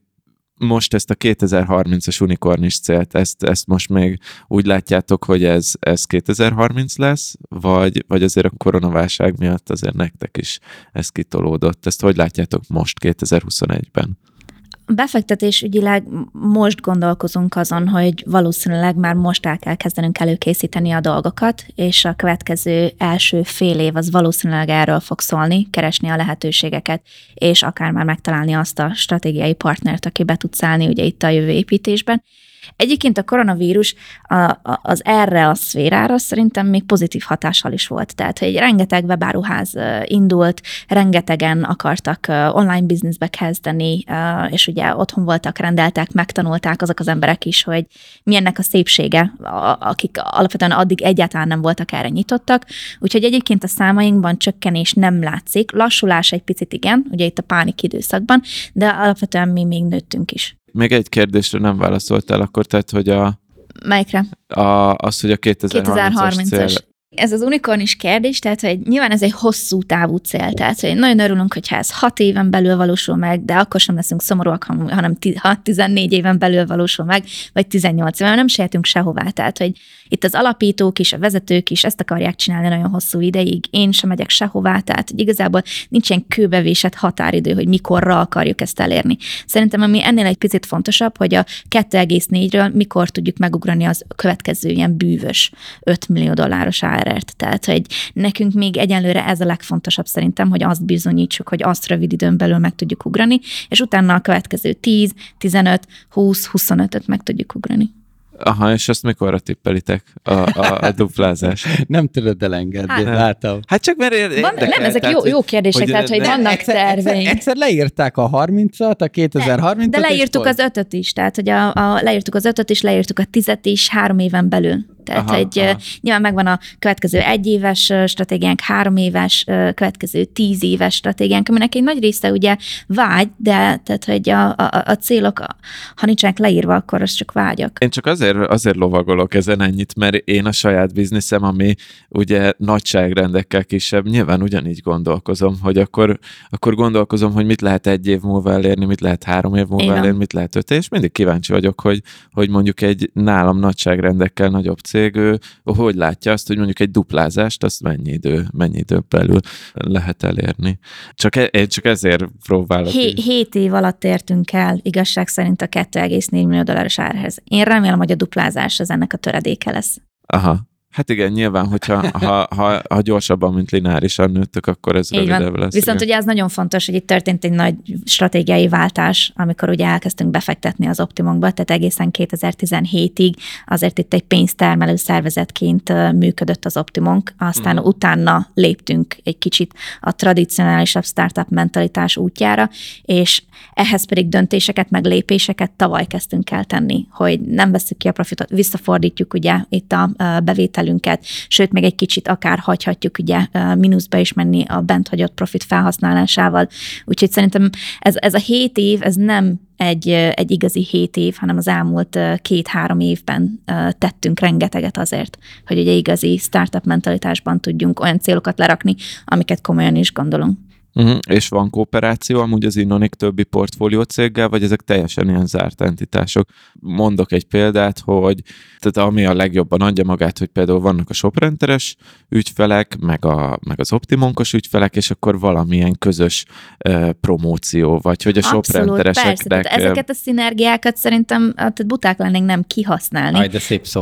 most ezt a kétezer-harmincas unikornis célt, ezt, ezt most még úgy látjátok, hogy ez, ez kétezer-harminc lesz, vagy, vagy azért a koronaválság miatt azért nektek is ez kitolódott? Ezt hogy látjátok most kétezer-huszonegyben? Befektetés ügyileg most gondolkozunk azon, hogy valószínűleg már most el kell kezdenünk előkészíteni a dolgokat, és a következő első fél év az valószínűleg erről fog szólni, keresni a lehetőségeket, és akár már megtalálni azt a stratégiai partnert, aki be tud szállni ugye itt a jövő építésben. Egyébként a koronavírus a, a, az erre a szférára szerintem még pozitív hatással is volt. Tehát, hogy rengeteg webáruház indult, rengetegen akartak online bizniszbe kezdeni, és ugye otthon voltak, rendeltek, megtanulták azok az emberek is, hogy milyennek a szépsége, akik alapvetően addig egyáltalán nem voltak erre nyitottak. Úgyhogy egyébként a számainkban csökkenés nem látszik. Lassulás egy picit igen, ugye itt a pánik időszakban, de alapvetően mi még nőttünk is. Még egy kérdésre nem válaszoltál akkor, tehát, hogy a... Melyikre? A, az, hogy a kétezer-harmincas cél... Ez az unikornis kérdés, tehát, hogy nyilván ez egy hosszú távú cél, tehát, hogy nagyon örülünk, hogyha ez hat éven belül valósul meg, de akkor sem leszünk szomorúak, hanem tizennégy éven belül valósul meg, vagy tizennyolc éven, nem sehetünk sehová. Tehát, hogy itt az alapítók is, a vezetők is ezt akarják csinálni nagyon hosszú ideig, én sem megyek sehová, tehát, hogy igazából nincs ilyen kőbevésett határidő, hogy mikorra akarjuk ezt elérni. Szerintem, ami ennél egy picit fontosabb, hogy a kettő egész négyről mikor tudjuk megugrani az következő ilyen bűvös öt millió dolláros á er er-t. Tehát, hogy nekünk még egyenlőre ez a legfontosabb szerintem, hogy azt bizonyítsuk, hogy azt rövid időn belül meg tudjuk ugrani, és utána a következő tíz, tizenöt, húsz, huszonötöt meg tudjuk ugrani. Aha, és azt mikorra tippelitek a, a, a duplázás? Nem tudod elengedni, hát, látom. Hát csak mert érdekel. Van, nem, ezek tehát, jó, jó kérdések, hogy, tehát, hogy ne, vannak egyszer, terveink. Egyszer, egyszer leírták a harmincat, a kétezer-harmincat. De leírtuk az ötöt is, tehát hogy a, a, leírtuk az ötöt is, leírtuk a tizet is három éven belül. Tehát, aha, hogy aha. Nyilván megvan a következő egyéves stratégiánk, három éves, következő tíz éves stratégiánk, aminek egy nagy része ugye vágy, de tehát, hogy a, a, a célok, ha nincsenek leírva, akkor az csak vágyak. Én csak azért, azért lovagolok ezen ennyit, mert én a saját bizniszem, ami ugye nagyságrendekkel kisebb, nyilván ugyanígy gondolkozom, hogy akkor, akkor gondolkozom, hogy mit lehet egy év múlva elérni, mit lehet három év múlva igen. elérni, mit lehet öt, és mindig kíváncsi vagyok, hogy, hogy mondjuk egy nálam nagyságrendekkel nagyobb cég, ő hogy látja azt, hogy mondjuk egy duplázást, azt mennyi idő, mennyi idő belül lehet elérni. Csak e, én csak ezért próbálok. Hé, hét év alatt értünk el igazság szerint a kettő egész négy millió dolláros árhez. Én remélem, hogy a duplázás az ennek a töredéke lesz. Aha. Hát igen, nyilván, hogyha ha, ha, ha gyorsabban, mint lineárisan nőttök, akkor ez így rövidebb van. lesz. Viszont igen. ugye az nagyon fontos, hogy itt történt egy nagy stratégiai váltás, amikor ugye elkezdtünk befektetni az Optimunkba, tehát egészen kétezer-tizenhétig azért itt egy pénztermelő szervezetként működött az Optimunk, aztán uh-huh. utána léptünk egy kicsit a tradicionálisabb startup mentalitás útjára, és ehhez pedig döntéseket, meg lépéseket tavaly kezdtünk el tenni, hogy nem veszük ki a profitot, visszafordítjuk ugye itt a bevételünket, sőt, még egy kicsit akár hagyhatjuk ugye mínuszba is menni a bent hagyott profit felhasználásával. Úgyhogy szerintem ez, ez a hét év, ez nem egy, egy igazi hét év, hanem az elmúlt két-három évben tettünk rengeteget azért, hogy ugye igazi startup mentalitásban tudjunk olyan célokat lerakni, amiket komolyan is gondolunk. Uh-huh. És van kooperáció amúgy az Innonic többi portfólió céggel, vagy ezek teljesen ilyen zárt entitások? Mondok egy példát, hogy tehát ami a legjobban adja magát, hogy például vannak a shoprenteres ügyfelek, meg, a, meg az Optimunkos ügyfelek, és akkor valamilyen közös uh, promóció, vagy hogy a shoprentereseknek... Persze, ezeket a szinergiákat szerintem tehát buták lennénk nem kihasználni. Aj, de szép szó.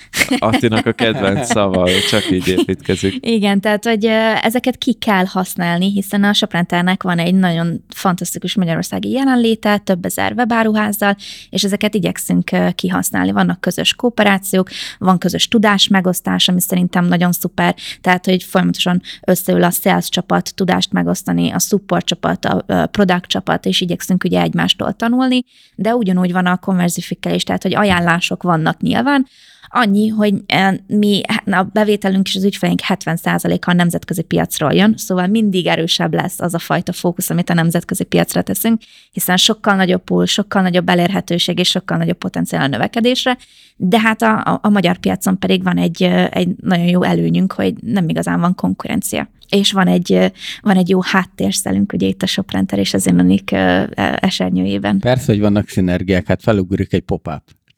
Attinak a kedvenc szava, csak így építkezik. Igen, tehát, hogy ezeket ki kell használni, hiszen a Soprenternek van egy nagyon fantasztikus magyarországi jelenléte, több ezer webáruházzal, és ezeket igyekszünk kihasználni. Vannak közös kooperációk, van közös tudásmegosztás, ami szerintem nagyon szuper, tehát, hogy folyamatosan összeül a sales csapat tudást megosztani, a support csapat, a product csapat, és igyekszünk ugye egymástól tanulni, de ugyanúgy van a konverzifikkel is, tehát, hogy ajánlások vannak nyilván. Annyi, hogy mi, a bevételünk és az ügyfeleink hetven százaléka a nemzetközi piacról jön, szóval mindig erősebb lesz az a fajta fókusz, amit a nemzetközi piacra teszünk, hiszen sokkal nagyobb pool, sokkal nagyobb elérhetőség és sokkal nagyobb potenciál a növekedésre, de hát a, a, a magyar piacon pedig van egy, egy nagyon jó előnyünk, hogy nem igazán van konkurencia. És van egy, van egy jó háttérszelünk, ugye itt a Soprenter és az Inonik esernyőjében. Persze, hogy vannak szinergiák, hát felugrik egy pop-up.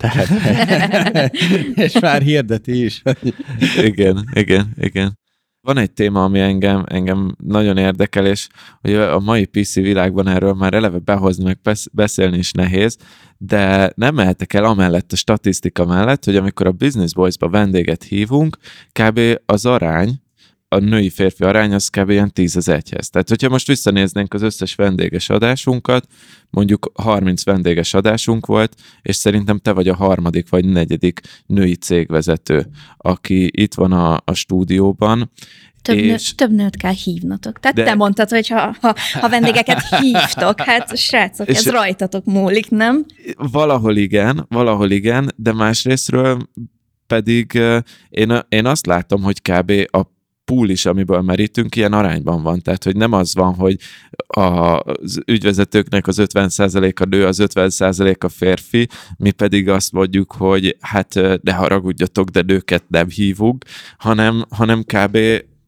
Tehát, és már hirdeti is. Igen, igen, igen. Van egy téma, ami engem, engem nagyon érdekel, és hogy a mai pé cé világban erről már eleve behozni, meg beszélni is nehéz, de nem mehetek el amellett a statisztika mellett, hogy amikor a Business Boys-ba vendéget hívunk, kb. Az arány, a női-férfi arány az kb. Ilyen tíz az egyhez. Tehát, hogyha most visszanéznénk az összes vendéges adásunkat, mondjuk harminc vendéges adásunk volt, és szerintem te vagy a harmadik vagy negyedik női cégvezető, aki itt van a, a stúdióban. Több, és... nő, több nőt kell hívnotok. Tehát de... te mondtad, hogy ha, ha, ha vendégeket hívtok, hát srácok, ez rajtatok múlik, nem? Valahol igen, valahol igen, de másrésztről pedig én, én azt látom, hogy kb. A pool is, amiből merítünk, ilyen arányban van. Tehát, hogy nem az van, hogy az ügyvezetőknek az ötven százaléka nő, az ötven százaléka férfi, mi pedig azt mondjuk, hogy hát ne haragudjatok, de nőket nem hívunk, hanem, hanem kb.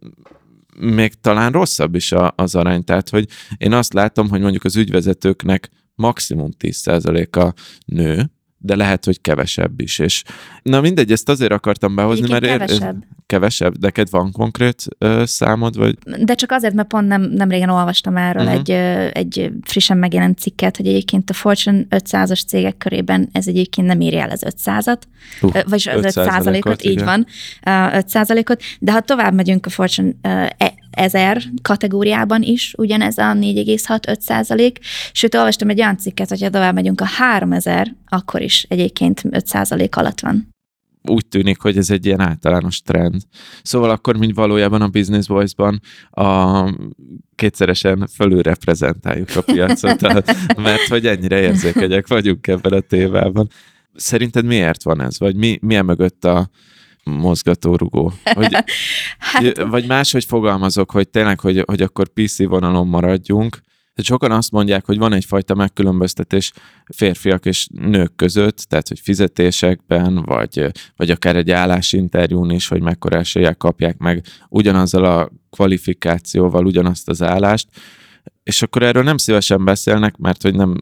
Még talán rosszabb is az arány. Tehát, hogy én azt látom, hogy mondjuk az ügyvezetőknek maximum tíz százaléka nő, de lehet, hogy kevesebb is. És na mindegy, ezt azért akartam behozni, Egyébként mert kevesebb. Ér, kevesebb, de neked van konkrét ö, számod? Vagy? De csak azért, mert pont nem, nem régen olvastam erről uh-huh. egy, egy frissen megjelent cikket, hogy egyébként a Fortune ötszázas cégek körében ez egyébként nem írja el az ötszázat, uh, vagyis az öt százalékot, így van, öt százalékot, de ha tovább megyünk a Fortune ezer kategóriában is, ugyanez a négy egész hat százalék, sőt, olvastam egy olyan cikket, hogyha tovább megyünk a háromezer, akkor is egyébként öt százalék alatt van. Úgy tűnik, hogy ez egy ilyen általános trend. Szóval akkor, mint valójában a Business Boys-ban a kétszeresen fölül reprezentáljuk a piacot, mert hogy ennyire érzékenyek vagyunk ebben a témában. Szerinted miért van ez? Vagy mi, mi mögött a mozgatórugó? Hogy, hát... Vagy máshogy fogalmazok, hogy tényleg, hogy, hogy akkor pé cé vonalon maradjunk. Sokan azt mondják, hogy van egyfajta megkülönböztetés férfiak és nők között, tehát hogy fizetésekben, vagy, vagy akár egy állásinterjún is, hogy mekkora eséllyel kapják meg ugyanazzal a kvalifikációval ugyanazt az állást, és akkor erről nem szívesen beszélnek, mert hogy nem,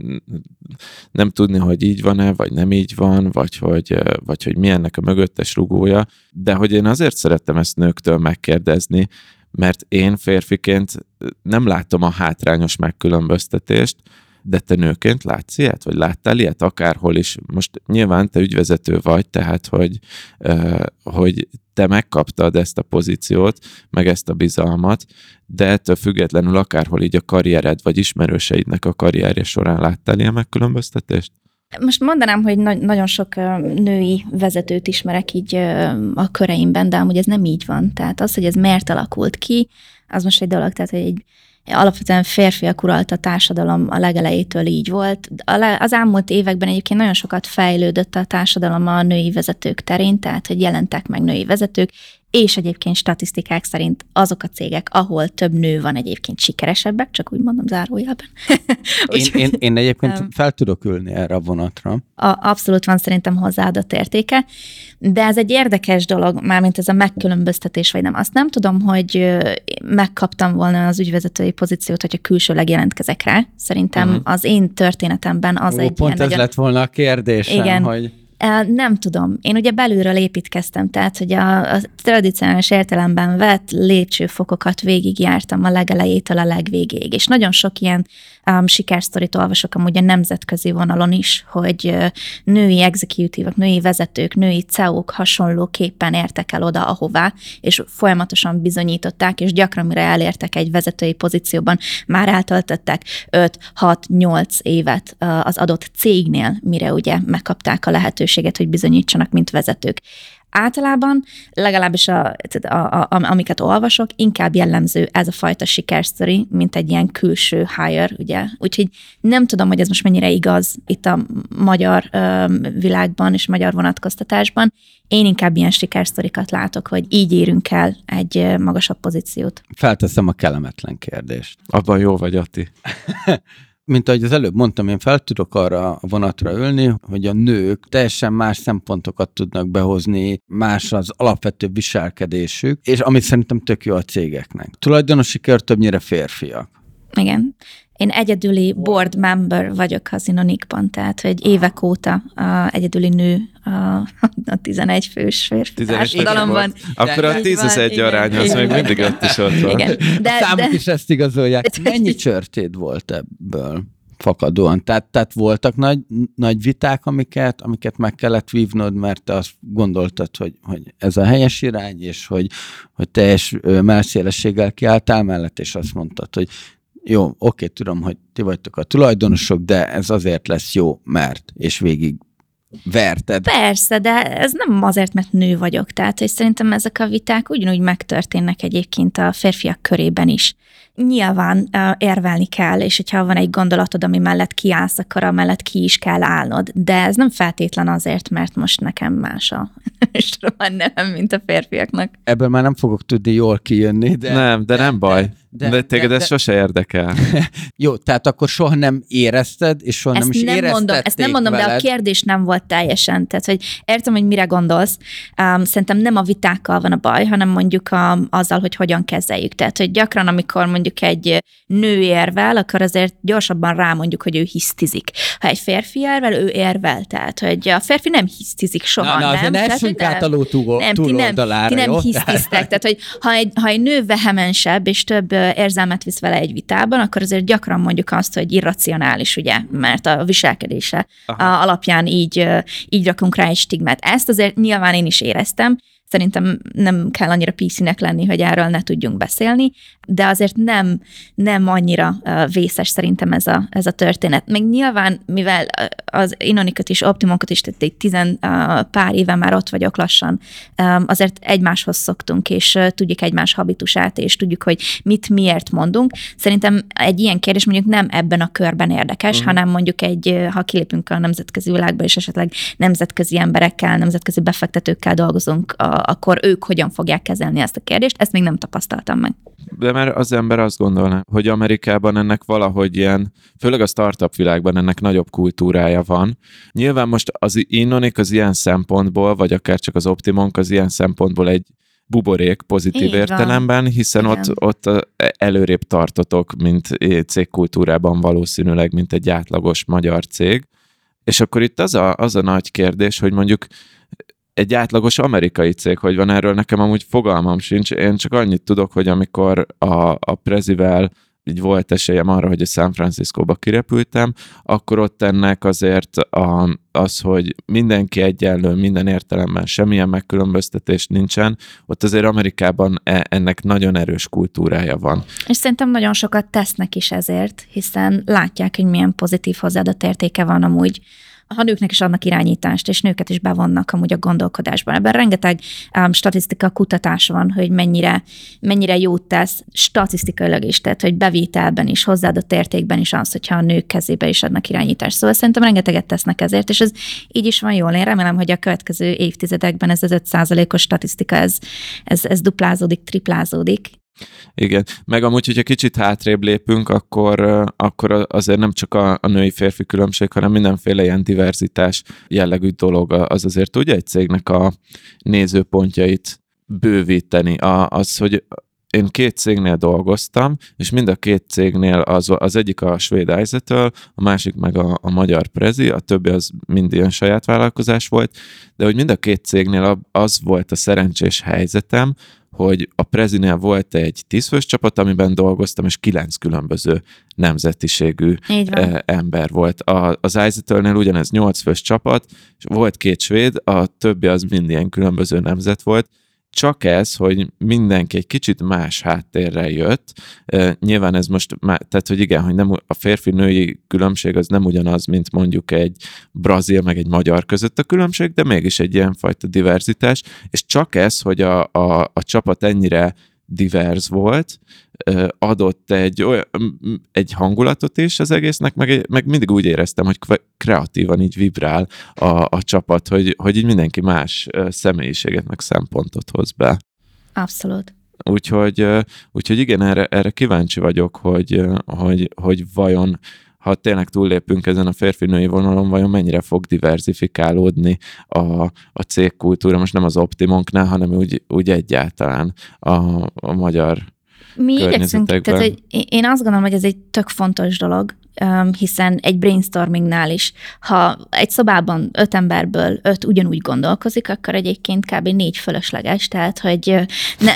nem tudni, hogy így van-e, vagy nem így van, vagy hogy, vagy hogy mi ennek a mögöttes rugója, de hogy én azért szerettem ezt nőktől megkérdezni, mert én férfiként nem látom a hátrányos megkülönböztetést, de te nőként látsz ilyet? Vagy láttál ilyet akárhol is? Most nyilván te ügyvezető vagy, tehát hogy, hogy te megkaptad ezt a pozíciót, meg ezt a bizalmat, de ettől függetlenül akárhol így a karriered, vagy ismerőseidnek a karrierje során láttál ilyen megkülönböztetést? Most mondanám, hogy na- nagyon sok uh, női vezetőt ismerek így uh, a köreimben, de amúgy ez nem így van. Tehát az, hogy ez miért alakult ki, az most egy dolog, tehát hogy egy alapvetően férfiak uralta társadalom a legelejétől így volt. Az elmúlt években egyébként nagyon sokat fejlődött a társadalom a női vezetők terén, tehát hogy jelentek meg női vezetők, és egyébként statisztikák szerint azok a cégek, ahol több nő van, egyébként sikeresebbek, csak úgy mondom zárójelben. én, én, én egyébként um, fel tudok ülni erre a vonatra. A, abszolút van szerintem hozzáadott értéke, de ez egy érdekes dolog, mármint ez a megkülönböztetés, vagy nem. Azt nem tudom, hogy megkaptam volna az ügyvezetői pozíciót, hogyha külsőleg jelentkezek rá. Szerintem uh-huh. az én történetemben az Ó, egy pont ilyen... ez lett volna a kérdésem, igen, hogy... Nem tudom. Én ugye belülről építkeztem, tehát hogy a, a tradicionális értelemben vett lépcsőfokokat végigjártam a legelejétől a legvégéig, és nagyon sok ilyen um, sikersztorit olvasok amúgy a nemzetközi vonalon is, hogy uh, női executívok, női vezetők, női cé e ó-k hasonlóképpen értek el oda, ahová, és folyamatosan bizonyították, és gyakran mire elértek egy vezetői pozícióban, már eltöltöttek öt hat nyolc évet uh, az adott cégnél, mire ugye megkapták a lehetőséget, hogy bizonyítsanak, mint vezetők. Általában, legalábbis a, a, a, amiket olvasok, inkább jellemző ez a fajta sikersztori, mint egy ilyen külső hire, ugye. Úgyhogy nem tudom, hogy ez most mennyire igaz itt a magyar ö, világban és magyar vonatkoztatásban. Én inkább ilyen sikersztorikat látok, hogy így érünk el egy magasabb pozíciót. Felteszem a kellemetlen kérdést. Abban jó vagy, Atti. Mint ahogy az előbb mondtam, én fel tudok arra a vonatra ülni, hogy a nők teljesen más szempontokat tudnak behozni, más az alapvető viselkedésük, és amit szerintem tök jó a cégeknek. Tulajdonosi kör többnyire férfiak. Igen. Én egyedüli board member vagyok az Inonikban, tehát hogy évek óta a egyedüli nő a, a tizenegy fős férfi társadalomban. Akkor a tíz az egy arány, az még mindig ott is ott van. Igen. De, a számok de... is ezt igazolják. Mennyi csörtéd volt ebből fakadóan? Tehát, tehát voltak nagy, nagy viták, amiket, amiket meg kellett vívnod, mert te azt gondoltad, hogy, hogy ez a helyes irány, és hogy, hogy teljes mellszélességgel kiálltál mellett, és azt mondtad, hogy jó, oké, tudom, hogy ti vagytok a tulajdonosok, de ez azért lesz jó, mert, és végig verted. Persze, de ez nem azért, mert nő vagyok. Tehát, hogy szerintem ezek a viták ugyanúgy megtörténnek egyébként a férfiak körében is. Nyilván uh, érvelni kell, és hogyha van egy gondolatod, ami mellett kiállsz, akkor amellett ki is kell állnod. De ez nem feltétlen azért, mert most nekem más a nem, mint a férfiaknak. Ebből már nem fogok tudni jól kijönni. De, nem, de, de nem baj. De, de, de téged de, ez de, sose érdekel. Jó, tehát akkor soha nem érezted, és soha ezt nem is nem éreztették mondom, Ezt nem mondom, veled. De a kérdés nem volt teljesen. Tehát, hogy értem, hogy mire gondolsz. Um, szerintem nem a vitákkal van a baj, hanem mondjuk a, azzal, hogy hogyan kezeljük. Tehát, hogy gyakran, amikor mondjuk egy nő érvel, akkor azért gyorsabban rámondjuk, hogy ő hisztizik. Ha egy férfi érvel, ő érvel. Tehát, hogy a férfi nem hisztizik soha, na, na, nem? Ne essünk át a ló túloldalára, Ti nem, ti nem hisztiztek. Tehát, hogy ha egy, ha egy nő vehemensebb, és több érzelmet visz vele egy vitában, akkor azért gyakran mondjuk azt, hogy irracionális, ugye, mert a viselkedése a alapján így, így rakunk rá egy stigmát. Ezt azért nyilván én is éreztem. Szerintem nem kell annyira píszinek lenni, hogy erről ne tudjunk beszélni, de azért nem, nem annyira vészes szerintem ez a, ez a történet. Meg nyilván, mivel az Inonikot is, Optimonkat is, tehát egy tizen pár éve már ott vagyok lassan, azért egymáshoz szoktunk, és tudjuk egymás habitusát, és tudjuk, hogy mit miért mondunk. Szerintem egy ilyen kérdés mondjuk nem ebben a körben érdekes, uh-huh. hanem mondjuk egy, ha kilépünk a nemzetközi világba, és esetleg nemzetközi emberekkel, nemzetközi befektetőkkel dolgozunk, akkor ők hogyan fogják kezelni ezt a kérdést, ezt még nem tapasztaltam meg. De mert az ember azt gondolná, hogy Amerikában ennek valahogy ilyen, főleg a startup világban ennek nagyobb kultúrája van. Nyilván most az Inonik az ilyen szempontból, vagy akár csak az Optimonk az ilyen szempontból egy buborék pozitív Így értelemben, van. hiszen ott, ott előrébb tartotok, mint cégkultúrában valószínűleg, mint egy átlagos magyar cég. És akkor itt az a, az a nagy kérdés, hogy mondjuk egy átlagos amerikai cég, hogy van erről, nekem amúgy fogalmam sincs. Én csak annyit tudok, hogy amikor a, a Prezivel így volt esélyem arra, hogy a San Franciscóba kirepültem, akkor ott ennek azért a, az, hogy mindenki egyenlő, minden értelemben semmilyen megkülönböztetés nincsen, ott azért Amerikában ennek nagyon erős kultúrája van. És szerintem nagyon sokat tesznek is ezért, hiszen látják, hogy milyen pozitív hozzáadott értéke van amúgy. Ha nőknek is adnak irányítást, és nőket is bevonnak amúgy a gondolkodásban. Ebben rengeteg um, statisztika kutatás van, hogy mennyire, mennyire jót tesz statisztikailag is, tehát hogy bevételben is, hozzáadott értékben is az, hogyha a nők kezébe is adnak irányítást. Szóval szerintem rengeteget tesznek ezért, és ez így is van jól. Én remélem, hogy a következő évtizedekben ez az öt százalékos statisztika, ez, ez, ez duplázódik, triplázódik. Igen, meg amúgy, hogyha kicsit hátrébb lépünk, akkor, akkor azért nem csak a, a női-férfi különbség, hanem mindenféle ilyen diverzitás jellegű dolog az azért tudja egy cégnek a nézőpontjait bővíteni. A, az, hogy én két cégnél dolgoztam, és mind a két cégnél az, az egyik a svéd Izettle, a másik meg a, a magyar Prezi, a többi az mind ilyen saját vállalkozás volt, de hogy mind a két cégnél az volt a szerencsés helyzetem, hogy a Prezinél volt egy tízfős csapat, amiben dolgoztam, és kilenc különböző nemzetiségű ember volt. A, az Izettle-nél ugyanez nyolc fős csapat, és volt két svéd, a többi az mind ilyen különböző nemzet volt. Csak ez, hogy mindenki egy kicsit más háttérrel jött. E, nyilván ez most, tehát hogy igen, hogy nem, a férfi-női különbség az nem ugyanaz, mint mondjuk egy brazil meg egy magyar között a különbség, de mégis egy ilyenfajta diverzitás, és csak ez, hogy a, a, a csapat ennyire divers volt, adott egy, olyan, egy hangulatot is az egésznek, meg, meg mindig úgy éreztem, hogy kreatívan így vibrál a, a csapat, hogy, hogy így mindenki más személyiséget, meg szempontot hoz be. Abszolút. Úgyhogy, úgyhogy igen, erre, erre kíváncsi vagyok, hogy, hogy, hogy vajon ha tényleg túllépünk ezen a férfi-női vonalon, vajon mennyire fog diverzifikálódni a, a cégkultúra, most nem az Optimonknál, hanem úgy, úgy egyáltalán a, a magyar Mi igyekszünk, tehát hogy én azt gondolom, hogy ez egy tök fontos dolog, hiszen egy brainstormingnál is, ha egy szobában öt emberből öt ugyanúgy gondolkozik, akkor egyébként kb. négy fölösleges, tehát hogy, ne,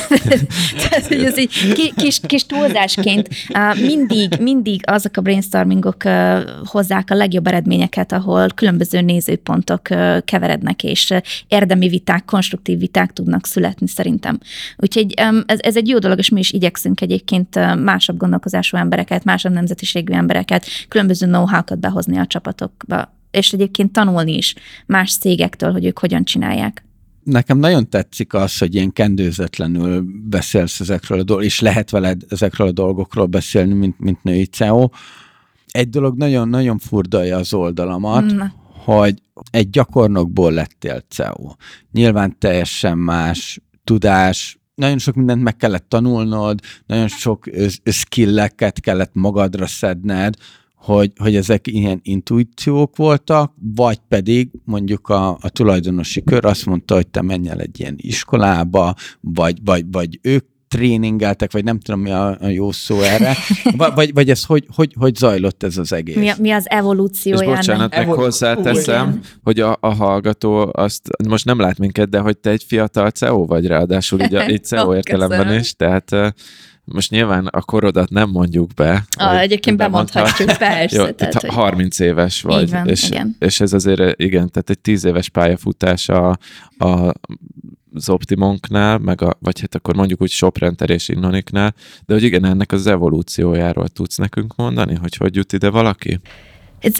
tehát, hogy ez egy kis, kis túlzásként mindig, mindig azok a brainstormingok hozzák a legjobb eredményeket, ahol különböző nézőpontok keverednek, és érdemi viták, konstruktív viták tudnak születni szerintem. Úgyhogy ez, ez egy jó dolog, és mi is igyekszünk egyébként másabb gondolkozású embereket, másabb nemzetiségű embereket, különböző know-how-kat behozni a csapatokba, és egyébként tanulni is más cégektől, hogy ők hogyan csinálják. Nekem nagyon tetszik az, hogy ilyen kendőzetlenül beszélsz ezekről a dolgokról, és lehet veled ezekről a dolgokról beszélni, mint, mint női cé e o. Egy dolog nagyon-nagyon furdalja az oldalamat, mm. hogy egy gyakornokból lettél cé e o. Nyilván teljesen más tudás, nagyon sok mindent meg kellett tanulnod, nagyon sok skilleket kellett magadra szedned, hogy, hogy ezek ilyen intuíciók voltak, vagy pedig mondjuk a, a tulajdonosi kör azt mondta, hogy te menj el egy ilyen iskolába, vagy, vagy, vagy ők tréningeltek, vagy nem tudom, mi a, a jó szó erre, vagy, vagy ez hogy, hogy, hogy zajlott ez az egész? Mi, a, mi az evolúciója? És bocsánat, meg hozzáteszem, hogy a, a hallgató azt most nem lát minket, de hogy te egy fiatal cé e o vagy ráadásul, így, így cé e o értelemben is, tehát most nyilván a korodat nem mondjuk be. Ah, egyébként bemondhatjuk, persze. Jó, tehát, hogy harminc éves vagy. Van, és, igen. és ez azért, igen, tehát egy tíz éves pályafutás a, a az Optimonknál, meg a, vagy hát akkor mondjuk úgy Soprenter és Innoniknál, de hogy igen, ennek az evolúciójáról tudsz nekünk mondani, hogy hogy jut ide valaki? Ez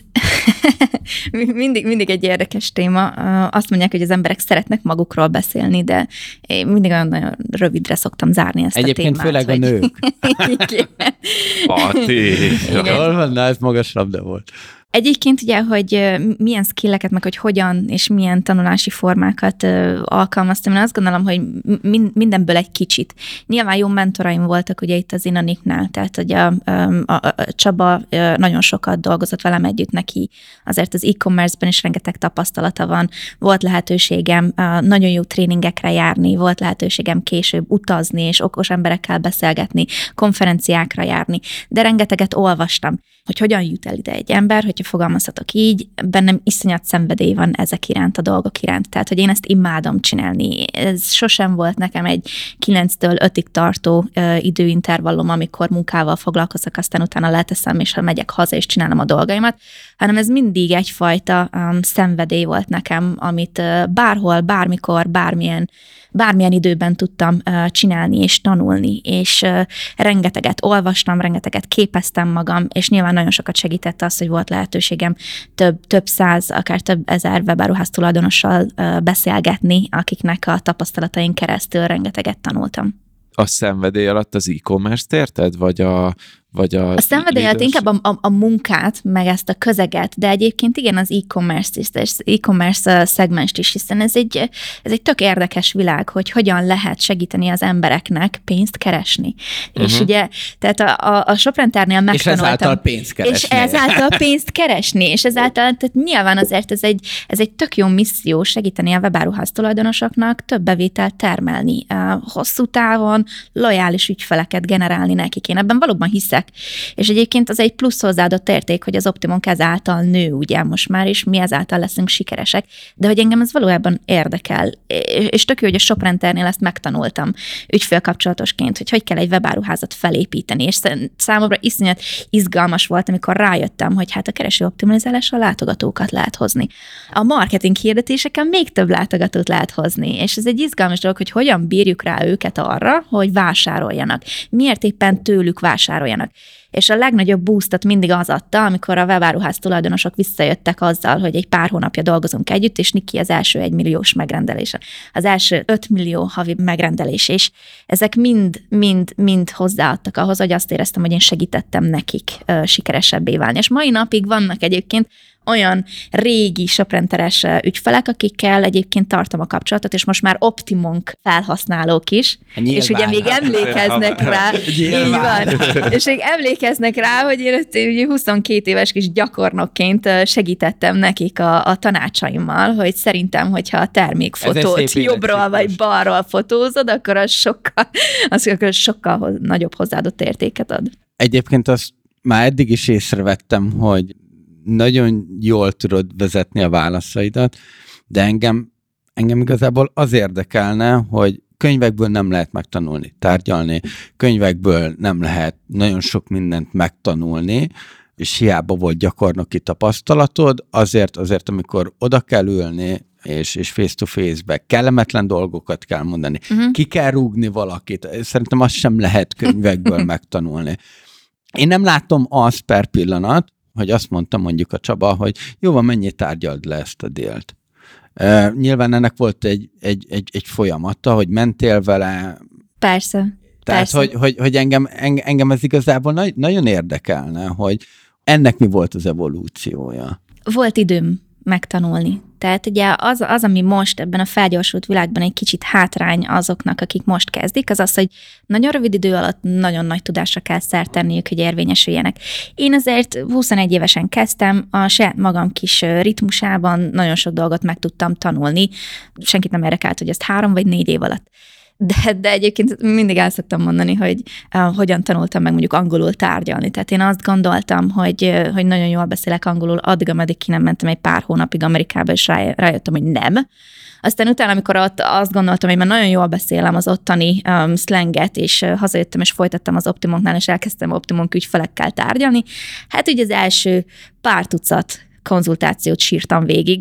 mindig, mindig egy érdekes téma. Azt mondják, hogy az emberek szeretnek magukról beszélni, de én mindig olyan nagyon rövidre szoktam zárni ezt Egyébként a témát. Egyébként főleg hogy... a nők. Ati! Jól van, ez magas labda volt. Egyébként ugye, hogy milyen skilleket, meg hogy hogyan és milyen tanulási formákat alkalmaztam, én azt gondolom, hogy mindenből egy kicsit. Nyilván jó mentoraim voltak ugye itt az Innoniknál, tehát hogy a, a, a Csaba nagyon sokat dolgozott velem együtt, neki azért az e-commerce-ben is rengeteg tapasztalata van, volt lehetőségem nagyon jó tréningekre járni, volt lehetőségem később utazni és okos emberekkel beszélgetni, konferenciákra járni, de rengeteget olvastam, hogy hogyan jut el ide egy ember, hogyha fogalmazhatok így, bennem iszonyat szenvedély van ezek iránt, a dolgok iránt. Tehát, hogy én ezt imádom csinálni. Ez sosem volt nekem egy kilenctől ötig tartó uh, időintervallum, amikor munkával foglalkozok, aztán utána leteszem, és ha megyek haza, és csinálom a dolgaimat, hanem ez mindig egyfajta um, szenvedély volt nekem, amit uh, bárhol, bármikor, bármilyen bármilyen időben tudtam uh, csinálni és tanulni, és uh, rengeteget olvastam, rengeteget képeztem magam, és nyilván nagyon sokat segített az, hogy volt lehetőségem több, több száz, akár több ezer webáruház tulajdonossal uh, beszélgetni, akiknek a tapasztalataink keresztül rengeteget tanultam. A szenvedély alatt az e-commerce-t érted? Vagy a, vagy a... A szenvedély alatt inkább a, a, a munkát, meg ezt a közeget, de egyébként igen, az e-commerce is, és e-commerce szegmest is, hiszen ez egy, ez egy tök érdekes világ, hogy hogyan lehet segíteni az embereknek pénzt keresni. Uh-huh. És ugye, tehát a, a, a Soprentárnél megtanultam... És ezáltal pénzt keresni. És ezáltal pénzt keresni, és ezáltal, tehát nyilván azért ez egy, ez egy tök jó misszió segíteni a webáruház tulajdonosoknak több bevételt termelni, hosszú távon lojális ügyfeleket generálni nekik. Én ebben valóban hiszek. És egyébként az egy plusz hozzáadott érték, hogy az Optimunk ezáltal nő, ugye most már, és mi ezáltal leszünk sikeresek, de hogy engem ez valójában érdekel. És tök jó, hogy a Soprenternél ezt megtanultam ügyfélkapcsolatosként, hogy hogy kell egy webáruházat felépíteni, és számomra iszonyat izgalmas volt, amikor rájöttem, hogy hát a kereső optimalizálással látogatókat lehet hozni. A marketing hirdetéseken még több látogatót lehet hozni, és ez egy izgalmas dolog, hogy hogyan bírjuk rá őket arra, hogy vásároljanak. Miért éppen tőlük vásároljanak. És a legnagyobb boostot mindig az adta, amikor a webáruház tulajdonosok visszajöttek azzal, hogy egy pár hónapja dolgozunk együtt, és Niki az első egymilliós megrendelése. Az első öt millió havi megrendelés, és ezek mind, mind, mind hozzáadtak ahhoz, hogy azt éreztem, hogy én segítettem nekik uh, sikeresebbé válni. És mai napig vannak egyébként olyan régi Soprenteres ügyfelek, akikkel egyébként tartom a kapcsolatot, és most már Optimunk felhasználók is, nyilván. És ugye még emlékeznek rá, így van, és még emlékeznek rá, hogy én huszonkét éves kis gyakornokként segítettem nekik a, a tanácsaimmal, hogy szerintem, hogyha a termékfotót jobbról vagy balról fotózod, akkor az sokkal, az akkor sokkal nagyobb hozzáadott értéket ad. Egyébként azt már eddig is észrevettem, hogy nagyon jól tudod vezetni a válaszaidat, de engem, engem igazából az érdekelne, hogy könyvekből nem lehet megtanulni, tárgyalni, könyvekből nem lehet nagyon sok mindent megtanulni, és hiába volt gyakornoki tapasztalatod, azért, azért amikor oda kell ülni, és, és face-to-face-be kellemetlen dolgokat kell mondani, uh-huh. ki kell rúgni valakit, szerintem azt sem lehet könyvekből megtanulni. Én nem látom azt per pillanat, hogy azt mondta mondjuk a Csaba, hogy jó van, mennyit tárgyald le ezt a délt. Uh, nyilván ennek volt egy, egy, egy, egy folyamata, hogy mentél vele. Persze. Tehát, persze. Hogy, hogy, hogy engem, engem ez igazából na- nagyon érdekelne, hogy ennek mi volt az evolúciója. Volt időm megtanulni. Tehát ugye az, az, ami most ebben a felgyorsult világban egy kicsit hátrány azoknak, akik most kezdik, az az, hogy nagyon rövid idő alatt nagyon nagy tudásra kell szert tenniük, hogy érvényesüljenek. Én azért huszonegy évesen kezdtem, a saját magam kis ritmusában nagyon sok dolgot meg tudtam tanulni. Senkit nem érdekelt, hogy ezt három vagy négy év alatt. De, de egyébként mindig el szoktam mondani, hogy uh, hogyan tanultam meg mondjuk angolul tárgyalni. Tehát én azt gondoltam, hogy, uh, hogy nagyon jól beszélek angolul, addig, ameddig ki nem mentem egy pár hónapig Amerikába, és ráj, rájöttem, hogy nem. Aztán utána, amikor ott azt gondoltam, hogy már nagyon jól beszélem az ottani um, szlenget, és uh, hazajöttem, és folytattam az Optimunknál, és elkezdtem Optimunk ügyfelekkel tárgyalni, hát ugye az első pár tucat konzultációt sírtam végig.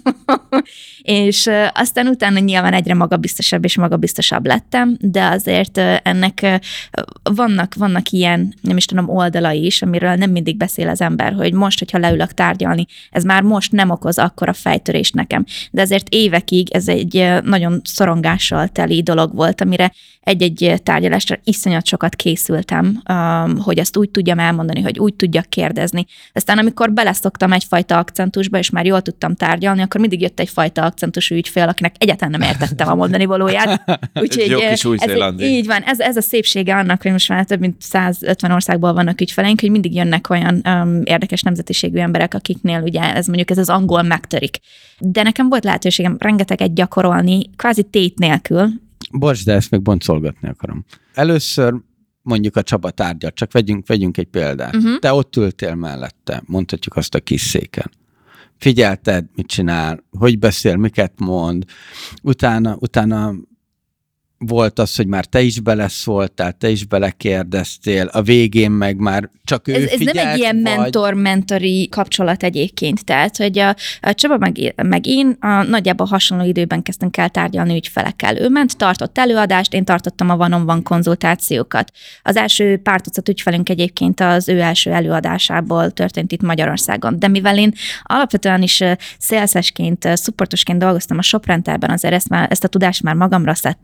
És aztán utána nyilván egyre magabiztosabb és magabiztosabb lettem, de azért ennek vannak, vannak ilyen, nem is tudom, oldalai is, amiről nem mindig beszél az ember, hogy most, hogyha leülök tárgyalni, ez már most nem okoz akkora fejtörést nekem. De azért évekig ez egy nagyon szorongással teli dolog volt, amire egy-egy tárgyalásra iszonyat sokat készültem, hogy azt úgy tudjam elmondani, hogy úgy tudjak kérdezni. Aztán amikor beleszoktam egyfajta akcentusba, és már jól tudtam tárgyalni, akkor mindig jött egyfajta akcentusú ügyfél, akinek egyáltalán nem értettem a mondani valóját. Úgyhogy jó kis új-zélandi. Így van, ez, ez a szépsége annak, hogy most már több mint százötven országból vannak ügyfeleink, hogy mindig jönnek olyan um, érdekes nemzetiségű emberek, akiknél ugye ez mondjuk ez az angol megtörik. De nekem volt lehetőségem rengeteget gyakorolni, kvázi tét nélkül. Bocs, de ezt még boncolgatni akarom. Először mondjuk a Csaba tárgyal, csak vegyünk, vegyünk egy példát. Uh-huh. Te ott ültél mellette, mondhatjuk azt a kis széken. Figyelted, mit csinál, hogy beszél, miket mond. Utána, utána volt az, hogy már te is beleszóltál, te is belekérdeztél, a végén meg már csak ő ez, ez figyelt, nem egy ilyen vagy... mentor-mentori kapcsolat egyébként, tehát, hogy a, a Csaba meg, meg én a, nagyjából hasonló időben kezdtünk el tárgyalni ügyfelekkel. Ő ment, tartott előadást, én tartottam a one-on-one konzultációkat. Az első pár tucat ügyfelünk egyébként az ő első előadásából történt itt Magyarországon, de mivel én alapvetően is szélszesként, szupportosként dolgoztam a Soprenterben, azért ezt, már, ezt a tudást már magamra szedtem, tehát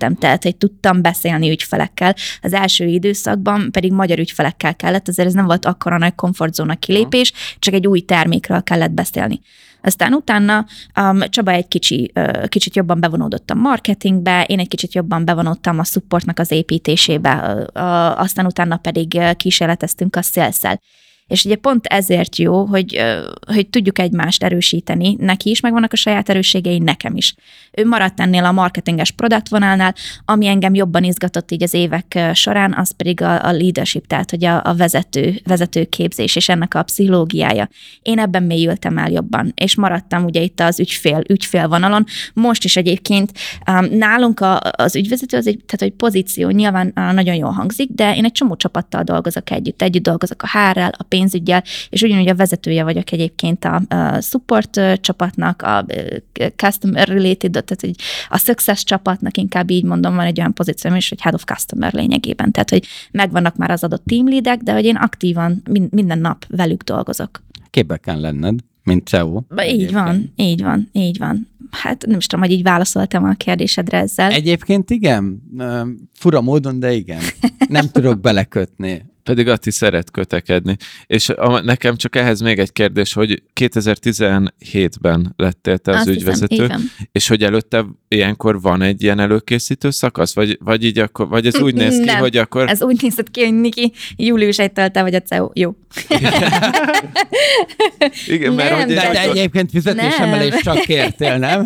hogy tudtam beszélni ügyfelekkel. Az első időszakban pedig magyar ügyfelekkel kellett, azért ez nem volt akkora nagy komfortzóna kilépés, csak egy új termékről kellett beszélni. Aztán utána um, Csaba egy kicsi, uh, kicsit jobban bevonódott a marketingbe, én egy kicsit jobban bevonódtam a supportnak az építésébe, uh, uh, aztán utána pedig uh, kísérleteztünk a sales-szel. És ugye pont ezért jó, hogy, hogy tudjuk egymást erősíteni. Neki is megvannak a saját erősségei, nekem is. Ő maradt ennél a marketinges product vonalnál, ami engem jobban izgatott így az évek során, az pedig a, a leadership, tehát hogy a, a vezető, vezetőképzés és ennek a pszichológiája. Én ebben mélyültem el jobban, és maradtam ugye itt az ügyfél, ügyfél vonalon. Most is egyébként um, nálunk a, az ügyvezető, az egy, tehát hogy pozíció nyilván uh, nagyon jól hangzik, de én egy csomó csapattal dolgozok együtt. Együtt dolgozok a há er-rel, a pénzüggyel, és ugyanúgy a vezetője vagyok egyébként a, a support csapatnak, a customer related, tehát hogy a success csapatnak, inkább így mondom, van egy olyan pozícióm is, hogy head of customer lényegében. Tehát, hogy megvannak már az adott team leadek, de hogy én aktívan minden nap velük dolgozok. Képbe kell lenned, mint cé e o. Így van, így van, így van. Hát nem is tudom, hogy így válaszoltam a kérdésedre ezzel. Egyébként igen, fura módon, de igen. Nem tudok belekötni. Pedig Atti szeret kötekedni. És a, nekem csak ehhez még egy kérdés, hogy kétezer-tizenhétben lettél te az Azt ügyvezető, hiszem, és hogy előtte ilyenkor van egy ilyen előkészítő szakasz, vagy, vagy így akkor, vagy ez úgy néz ki, Nem. hogy akkor... Ez úgy nézett ki, hogy Niki, július elsejétől te vagy a cé e o. Jó. Igen, mert Nem, hogy De, de akkor... egyébként fizetésemelést csak kértél, nem?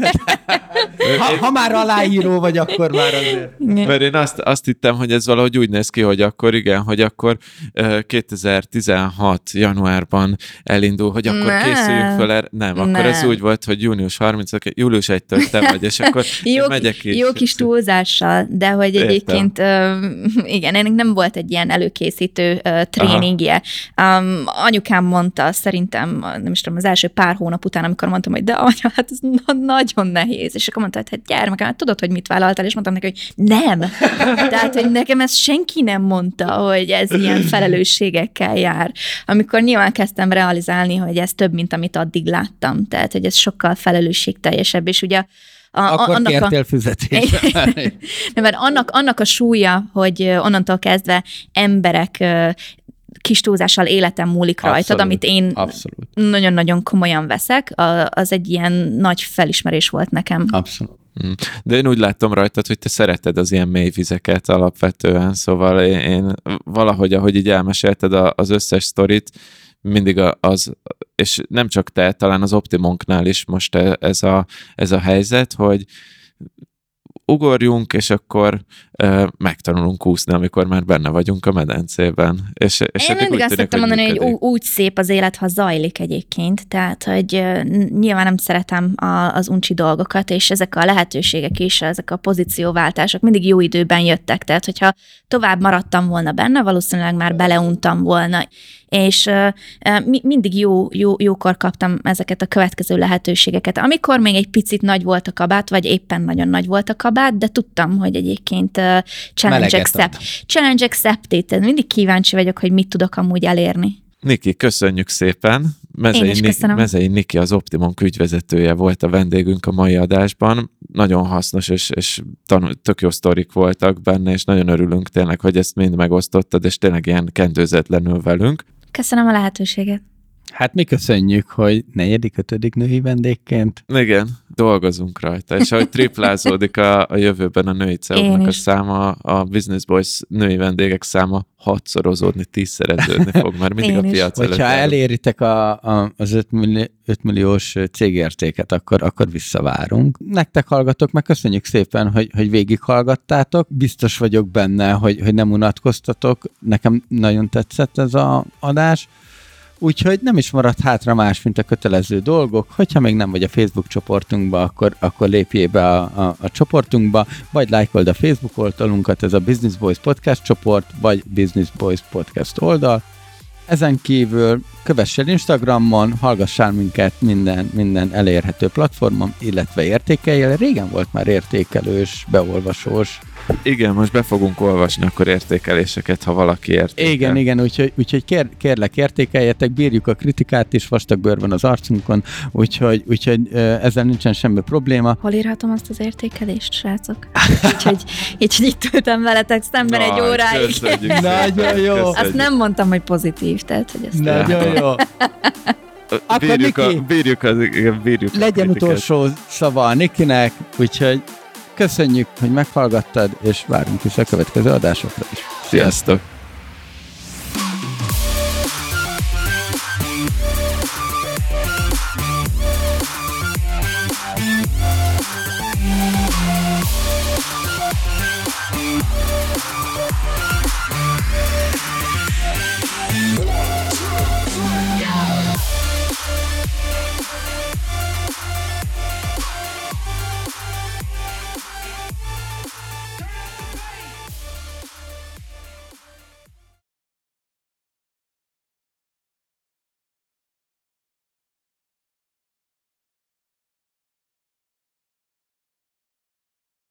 Ha, ha már aláíró vagy, akkor már azért. Mert én azt, azt hittem, hogy ez valahogy úgy néz ki, hogy akkor igen, hogy akkor kétezer-tizenhat januárban elindul, hogy akkor Nem. készüljünk fel erre. Nem, akkor Nem. ez úgy volt, hogy június harmincadika, július elsejétől te vagy, és akkor jó, megyek is. jó kis túlzással, de hogy Értem. egyébként uh, igen, ennek nem volt egy ilyen előkészítő uh, tréningje. Um, anyukám mondta, szerintem, nem is tudom, az első pár hónap után, amikor mondtam, hogy de anya, hát ez na- nagyon nehéz, és akkor mondta, hogy hát gyermekem, hát tudod, hogy mit vállaltál, és mondtam neki, hogy nem. Tehát, hogy nekem ezt senki nem mondta, hogy ez ilyen felelősségekkel jár. Amikor nyilván kezdtem realizálni, hogy ez több, mint amit addig láttam. Tehát, hogy ez sokkal felelősségteljesebb, és ugye a, Akkor annak kértél a... fizetést. Nem, mert annak, annak a súlya, hogy onnantól kezdve emberek kis túlzással életem múlik rajtad, Abszolút, amit én abszolút. nagyon-nagyon komolyan veszek, az egy ilyen nagy felismerés volt nekem. Abszolút. De én úgy látom rajtad, hogy te szereted az ilyen mély vizeket alapvetően, szóval én, én valahogy, ahogy így elmesélted az összes sztorit, mindig az, és nem csak te, talán az Optimunknál is most ez a, ez a helyzet, hogy ugorjunk, és akkor uh, megtanulunk úszni, amikor már benne vagyunk a medencében. És, és Én mindig azt szoktam mondani, hogy ú- úgy szép az élet, ha zajlik egyébként, tehát, hogy uh, nyilván nem szeretem a, az uncsi dolgokat, és ezek a lehetőségek is, ezek a pozícióváltások mindig jó időben jöttek, tehát hogyha tovább maradtam volna benne, valószínűleg már beleuntam volna, és uh, mi, mindig jó, jó, jókor kaptam ezeket a következő lehetőségeket. Amikor még egy picit nagy volt a kabát, vagy éppen nagyon nagy volt a kabát, de tudtam, hogy egyébként uh, challenge, accept, challenge accepted. Mindig kíváncsi vagyok, hogy mit tudok amúgy elérni. Niki, köszönjük szépen. Mezei, Niki, Mezei Niki, az Optimunk ügyvezetője volt a vendégünk a mai adásban. Nagyon hasznos és, és tanul, tök jó sztorik voltak benne, és nagyon örülünk tényleg, hogy ezt mind megosztottad, és tényleg ilyen kendőzetlenül velünk. Köszönöm a lehetőséget. Hát mi köszönjük, hogy negyedik, ötödik női vendégként. Igen, dolgozunk rajta, és ahogy triplázódik a, a jövőben a női cé e o-nak a száma, a Business Boys női vendégek száma hatszorozódni, tízszereződni fog, mert mindig Én a piac előtt. Hogyha eléritek a, a, az öt milliós cégértéket, akkor, akkor visszavárunk. Nektek hallgatok, meg köszönjük szépen, hogy, hogy végighallgattátok. Biztos vagyok benne, hogy, hogy nem unatkoztatok. Nekem nagyon tetszett ez az adás. Úgyhogy nem is maradt hátra más, mint a kötelező dolgok. Hogyha még nem vagy a Facebook csoportunkba, akkor, akkor lépjél be a, a, a csoportunkba, vagy lájkold a Facebook oldalunkat, ez a Business Boys Podcast csoport, vagy Business Boys Podcast oldal. Ezen kívül kövessél Instagramon, hallgassál minket minden, minden elérhető platformon, illetve értékeljél. Régen volt már értékelős, beolvasós Igen, most be fogunk olvasni akkor értékeléseket, ha valaki értékel. Igen, igen, úgyhogy, úgyhogy kér, kérlek értékeljetek, bírjuk a kritikát is, vastag bőr van az arcunkon, úgyhogy, úgyhogy ezzel nincsen semmi probléma. Hol írhatom azt az értékelést, srácok? Úgyhogy így, így itt ültem veletek szemben egy óráig. Nagyon jó. Köszönjük. Azt nem mondtam, hogy pozitív, tehát hogy ezt nagyon jó. Akkor bírjuk, Niki, a, bírjuk, az, igen, bírjuk legyen utolsó szava a Nikinek, úgyhogy köszönjük, hogy meghallgattad, és várunk is a következő adásokra is. Sziasztok!